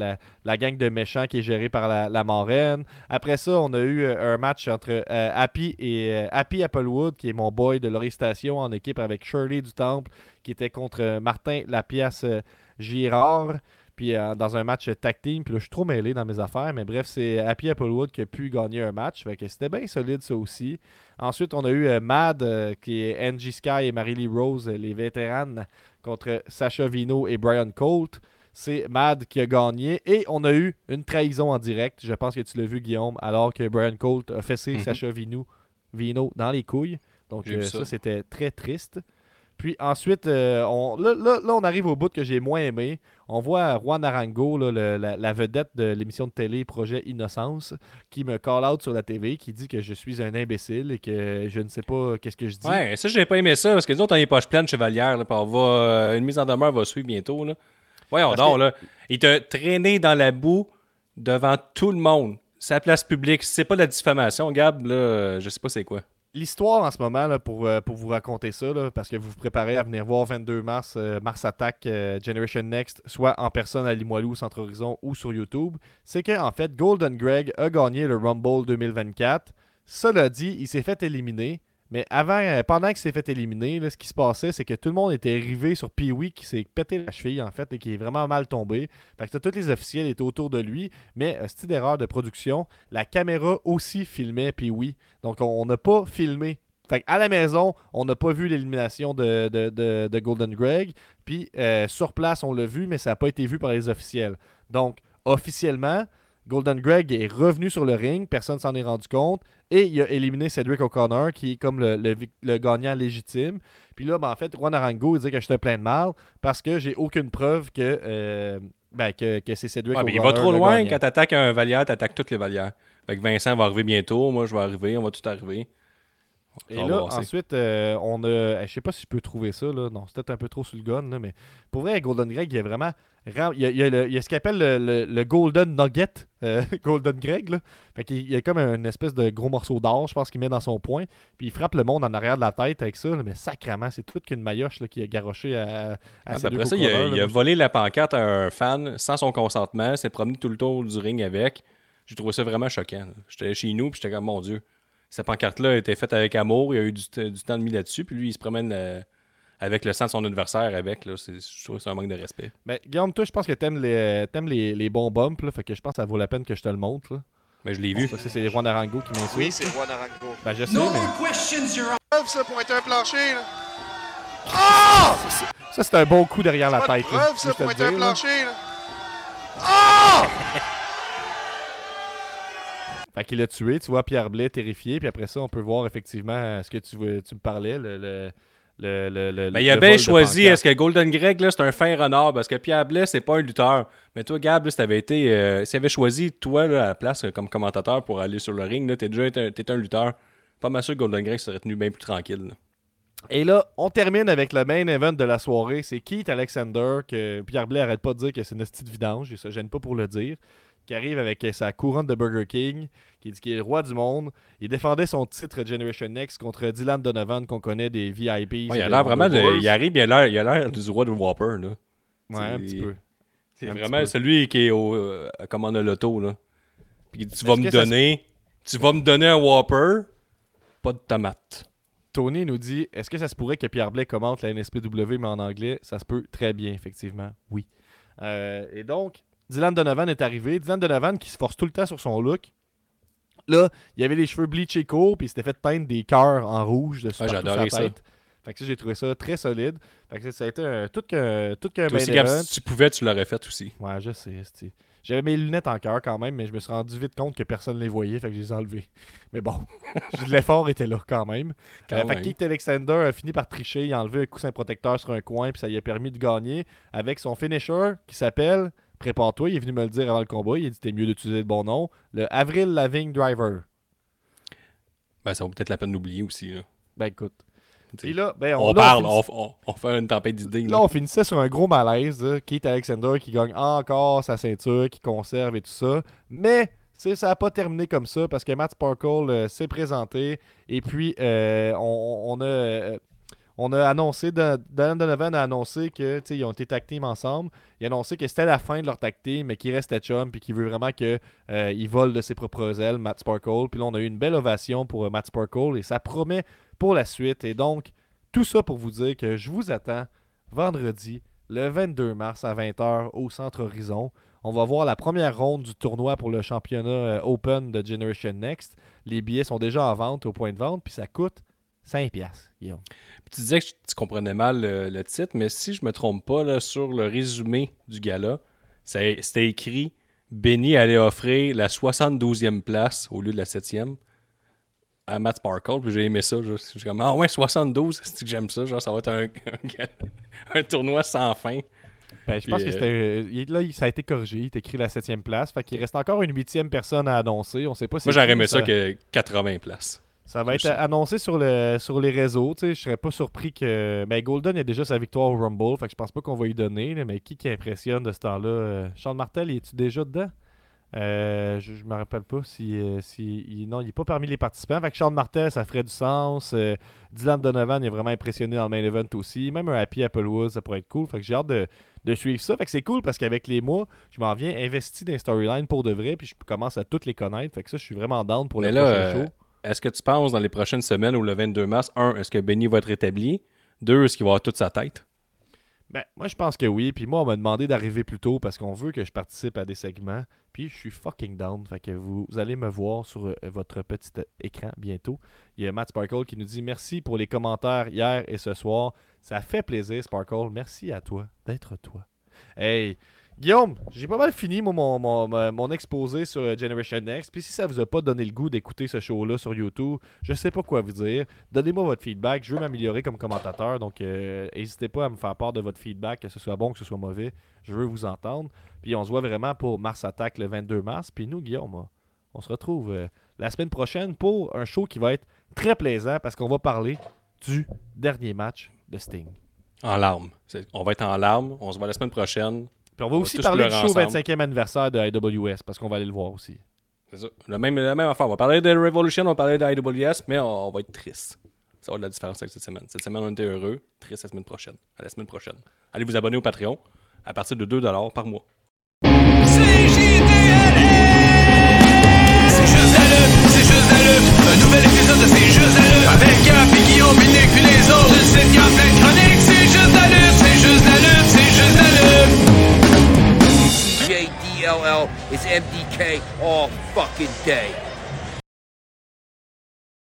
S2: la gang de méchants qui est gérée par la marraine. Après ça, on a eu un match entre Happy et Happy Applewood, qui est mon boy de Laurie Station, en équipe avec Shirley du Temple, qui était contre Martin Lapiace Girard. Puis dans un match tag team, puis là je suis trop mêlé dans mes affaires, mais bref, c'est Happy Applewood qui a pu gagner un match, fait que c'était bien solide ça aussi. Ensuite, on a eu Mad, qui est Angie Sky et Marie-Lee Rose, les vétéranes, contre Sacha Vino et Brian Colt. C'est Mad qui a gagné, et on a eu une trahison en direct, je pense que tu l'as vu Guillaume, alors que Brian Colt a fessé Sacha Vino dans les couilles. Donc ça, c'était très triste. Puis ensuite, là, on arrive au bout que j'ai moins aimé. On voit Juan Arango, là, la vedette de l'émission de télé Projet Innocence, qui me call out sur la TV, qui dit que je suis un imbécile et que je ne sais pas qu'est-ce que je dis.
S3: Ouais, ça, j'ai pas aimé ça, parce que nous autres, on est poche pleine chevalière, là, puis une mise en demeure va suivre bientôt. Là. Voyons donc, là. Il t'a traîné dans la boue devant tout le monde. Sa place publique. Si c'est pas de la diffamation, Gab, là, je sais pas c'est quoi.
S2: L'histoire en ce moment, là, pour vous raconter ça, là, parce que vous vous préparez à venir voir 22 mars, Mars Attack Generation Next, soit en personne à Limoilou, Centre Horizon ou sur YouTube, c'est qu'en fait, Golden Greg a gagné le Rumble 2024. Cela dit, il s'est fait éliminer. Mais pendant qu'il s'est fait éliminer, là, ce qui se passait, c'est que tout le monde était arrivé sur Pee-Wee qui s'est pété la cheville, en fait, et qui est vraiment mal tombé. Fait que tous les officiels étaient autour de lui, mais style d'erreur de production, la caméra aussi filmait Pee-Wee. Donc, on n'a pas filmé. Fait qu'à la maison, on n'a pas vu l'élimination de Golden Greg. Puis, sur place, on l'a vu, mais ça n'a pas été vu par les officiels. Donc, officiellement, Golden Greg est revenu sur le ring, personne ne s'en est rendu compte, et il a éliminé Cedric O'Connor, qui est comme le gagnant légitime. Puis là, en fait, Juan Arango, il dit que j'étais plein de mal, parce que j'ai aucune preuve que c'est Cedric O'Connor.
S3: Il va trop loin, quand t'attaques un Valière, t'attaques toutes les Valières. Fait que Vincent va arriver bientôt, moi je vais arriver, on va tout arriver.
S2: Et là, ensuite, on a... Je sais pas si je peux trouver ça, là. Non, c'est peut-être un peu trop sur le gun, là, mais pour vrai, Golden Greg, il y a vraiment... Il y a ce qu'il appelle le Golden Nugget, Golden Greg, là. Fait qu'il y a comme une espèce de gros morceau d'or, je pense, qu'il met dans son poing, puis il frappe le monde en arrière de la tête avec ça, là, mais sacrément, c'est toute qu'une maillotche là, qui a garoché à ses deux
S3: après ça, il a volé la pancarte à un fan sans son consentement, s'est promené tout le tour du ring avec. J'ai trouvé ça vraiment choquant. J'étais chez nous, puis j'étais comme, mon Dieu. Cette pancarte-là a été faite avec amour, il y a eu du temps de mis là-dessus, puis lui, il se promène avec le sang de son adversaire avec. Là, je trouve que c'est un manque de respect.
S2: Ben, Guillaume, toi, je pense que t'aimes les bons bumps, là, fait que je pense que ça vaut la peine que je te le montre. Là.
S3: Ben, je l'ai vu.
S2: Ça, c'est Juan Arango qui m'insulte.
S7: Oui, c'est Juan Arango.
S2: Ben, je sais, mais...
S7: Preuve, ça, pointer un plancher, là.
S2: Ah! Ça, c'est un bon coup derrière la tête.
S7: Preuve, ça, pointer un plancher, là.
S2: Fait qu'il l'a tué, tu vois Pierre Blais terrifié, puis après ça, on peut voir effectivement ce que tu me parlais,
S3: Ben, il a bien choisi, est-ce que Golden Greg, là, c'est un fin renard, parce que Pierre Blais, c'est pas un lutteur. Mais toi, Gab, là, si t'avais été, s'il avait choisi, toi, là, à la place, comme commentateur pour aller sur le ring, là, t'es un lutteur. Pas mal sûr que Golden Greg serait tenu bien plus tranquille. Là.
S2: Et là, on termine avec le main event de la soirée. C'est Keith Alexander, que Pierre Blais arrête pas de dire que c'est une petite vidange, et ça gêne pas pour le dire, qui arrive avec sa couronne de Burger King, qui dit qu'il est le roi du monde. Il défendait son titre Generation Next contre Dylan Donovan, qu'on connaît des VIP.
S3: Ouais, il a l'air vraiment il arrive, il a l'air du roi de Whopper. Là.
S2: Ouais, un petit peu.
S3: C'est vraiment celui qui est à commande de l'auto. Là. Puis tu vas me donner un Whopper, pas de tomate.
S2: Tony nous dit, est-ce que ça se pourrait que Pierre Blais commente la NSPW, mais en anglais? Ça se peut très bien, effectivement. Oui. Et donc, Dylan Donovan est arrivé. Dylan Donovan qui se force tout le temps sur son look. Là, il avait les cheveux bleachés courts, puis il s'était fait peindre des cœurs en rouge dessus
S3: j'ai adoré
S2: sa tête. Fait que ça, j'ai trouvé ça très solide. Fait que ça a été tout qu'un
S3: main event. Si tu pouvais, tu l'aurais fait aussi.
S2: Ouais, je sais. J'avais mes lunettes en cœur quand même, mais je me suis rendu vite compte que personne ne les voyait, fait que je les ai enlevées. Mais bon, l'effort était là quand même. Fait que Keith Alexander a fini par tricher, il a enlevé un coussin protecteur sur un coin, puis ça lui a permis de gagner avec son finisher qui s'appelle, prépare-toi, il est venu me le dire avant le combat, il a dit c'était mieux d'utiliser le bon nom, le Avril Lavigne Driver.
S3: Ben, ça vaut peut-être la peine d'oublier aussi. Là.
S2: Ben écoute.
S3: Et là, on fait une tempête d'idées.
S2: Là, on finissait sur un gros malaise. Là. Keith Alexander qui gagne encore sa ceinture, qui conserve et tout ça. Mais ça n'a pas terminé comme ça parce que Matt Sparkle s'est présenté. Et puis, on a annoncé, Dan Donovan a annoncé qu'ils ont été tag team ensemble. Il a annoncé que c'était la fin de leur tag team, mais qu'il restait chum puis qu'il veut vraiment qu'il vole de ses propres ailes, Matt Sparkle. Puis là, on a eu une belle ovation pour Matt Sparkle et ça promet pour la suite. Et donc, tout ça pour vous dire que je vous attends vendredi, le 22 mars à 20h au Centre Horizon. On va voir la première ronde du tournoi pour le championnat Open de Generation Next. Les billets sont déjà en vente au point de vente, puis ça coûte 5$. Guillaume.
S3: Tu disais que tu comprenais mal le titre, mais si je me trompe pas, là, sur le résumé du gala, c'était écrit « Benny allait offrir la 72e place au lieu de la 7e. » à Matt Sparkle, puis j'ai aimé ça. Je suis comme, ah ouais, 72, c'est que j'aime ça. Genre, ça va être un tournoi sans fin.
S2: Ben, je pense que c'était. Là, ça a été corrigé. Il est écrit la 7e place. Fait qu'il reste encore une 8e personne à annoncer. On sait pas si.
S3: Moi, j'aurais aimé ça que 80 places.
S2: Ça va être annoncé sur les réseaux. Je serais pas surpris que. Ben, Golden a déjà sa victoire au Rumble. Fait que je pense pas qu'on va lui donner. Là, mais qui impressionne de ce temps-là Sean Martel, es-tu déjà dedans je me rappelle pas non, il n'est pas parmi les participants. Fait que Sean Martel, ça ferait du sens. Dylan Donovan, il est vraiment impressionné dans le main event aussi. Même un Happy Applewood, ça pourrait être cool. Fait que j'ai hâte de suivre ça. Fait que c'est cool parce qu'avec les mois, je m'en viens investi dans les storylines pour de vrai. Puis je commence à toutes les connaître. Fait que ça, je suis vraiment down pour le prochain show.
S3: Est-ce que tu penses dans les prochaines semaines ou le 22 mars, est-ce que Benny va être rétabli? 2, est-ce qu'il va avoir toute sa tête?
S2: Ben, moi, je pense que oui. Puis moi, on m'a demandé d'arriver plus tôt parce qu'on veut que je participe à des segments. Puis je suis fucking down. Fait que vous allez me voir sur votre petit écran bientôt. Il y a Matt Sparkle qui nous dit merci pour les commentaires hier et ce soir. Ça fait plaisir, Sparkle. Merci à toi d'être toi. Hey, Guillaume, j'ai pas mal fini mon exposé sur Generation Next. Puis si ça vous a pas donné le goût d'écouter ce show-là sur YouTube, je sais pas quoi vous dire. Donnez-moi votre feedback. Je veux m'améliorer comme commentateur. Donc, n'hésitez pas à me faire part de votre feedback, que ce soit bon, que ce soit mauvais. Je veux vous entendre. Puis on se voit vraiment pour Mars Attack le 22 mars. Puis nous, Guillaume, on se retrouve la semaine prochaine pour un show qui va être très plaisant parce qu'on va parler du dernier match de Sting.
S3: En larmes. On va être en larmes. On se voit la semaine prochaine.
S2: Puis on va aussi parler du show 25e anniversaire de IWS parce qu'on va aller le voir aussi.
S3: C'est ça. La même affaire. On va parler de Revolution, on va parler de IWS, mais on va être triste. Ça va être la différence avec cette semaine. Cette semaine, on était heureux. Triste la semaine prochaine. À la semaine prochaine. Allez vous abonner au Patreon à partir de 2$ par mois.
S8: C'est juste la lutte, un nouvel épisode de C'est juste la lutte. Avec Gap et Guillaume, Nick puis les autres. Le site y a plein de chroniques. C'est juste la lutte, c'est juste la lutte, c'est juste la lutte.
S1: CJDLL is MDK all fucking day.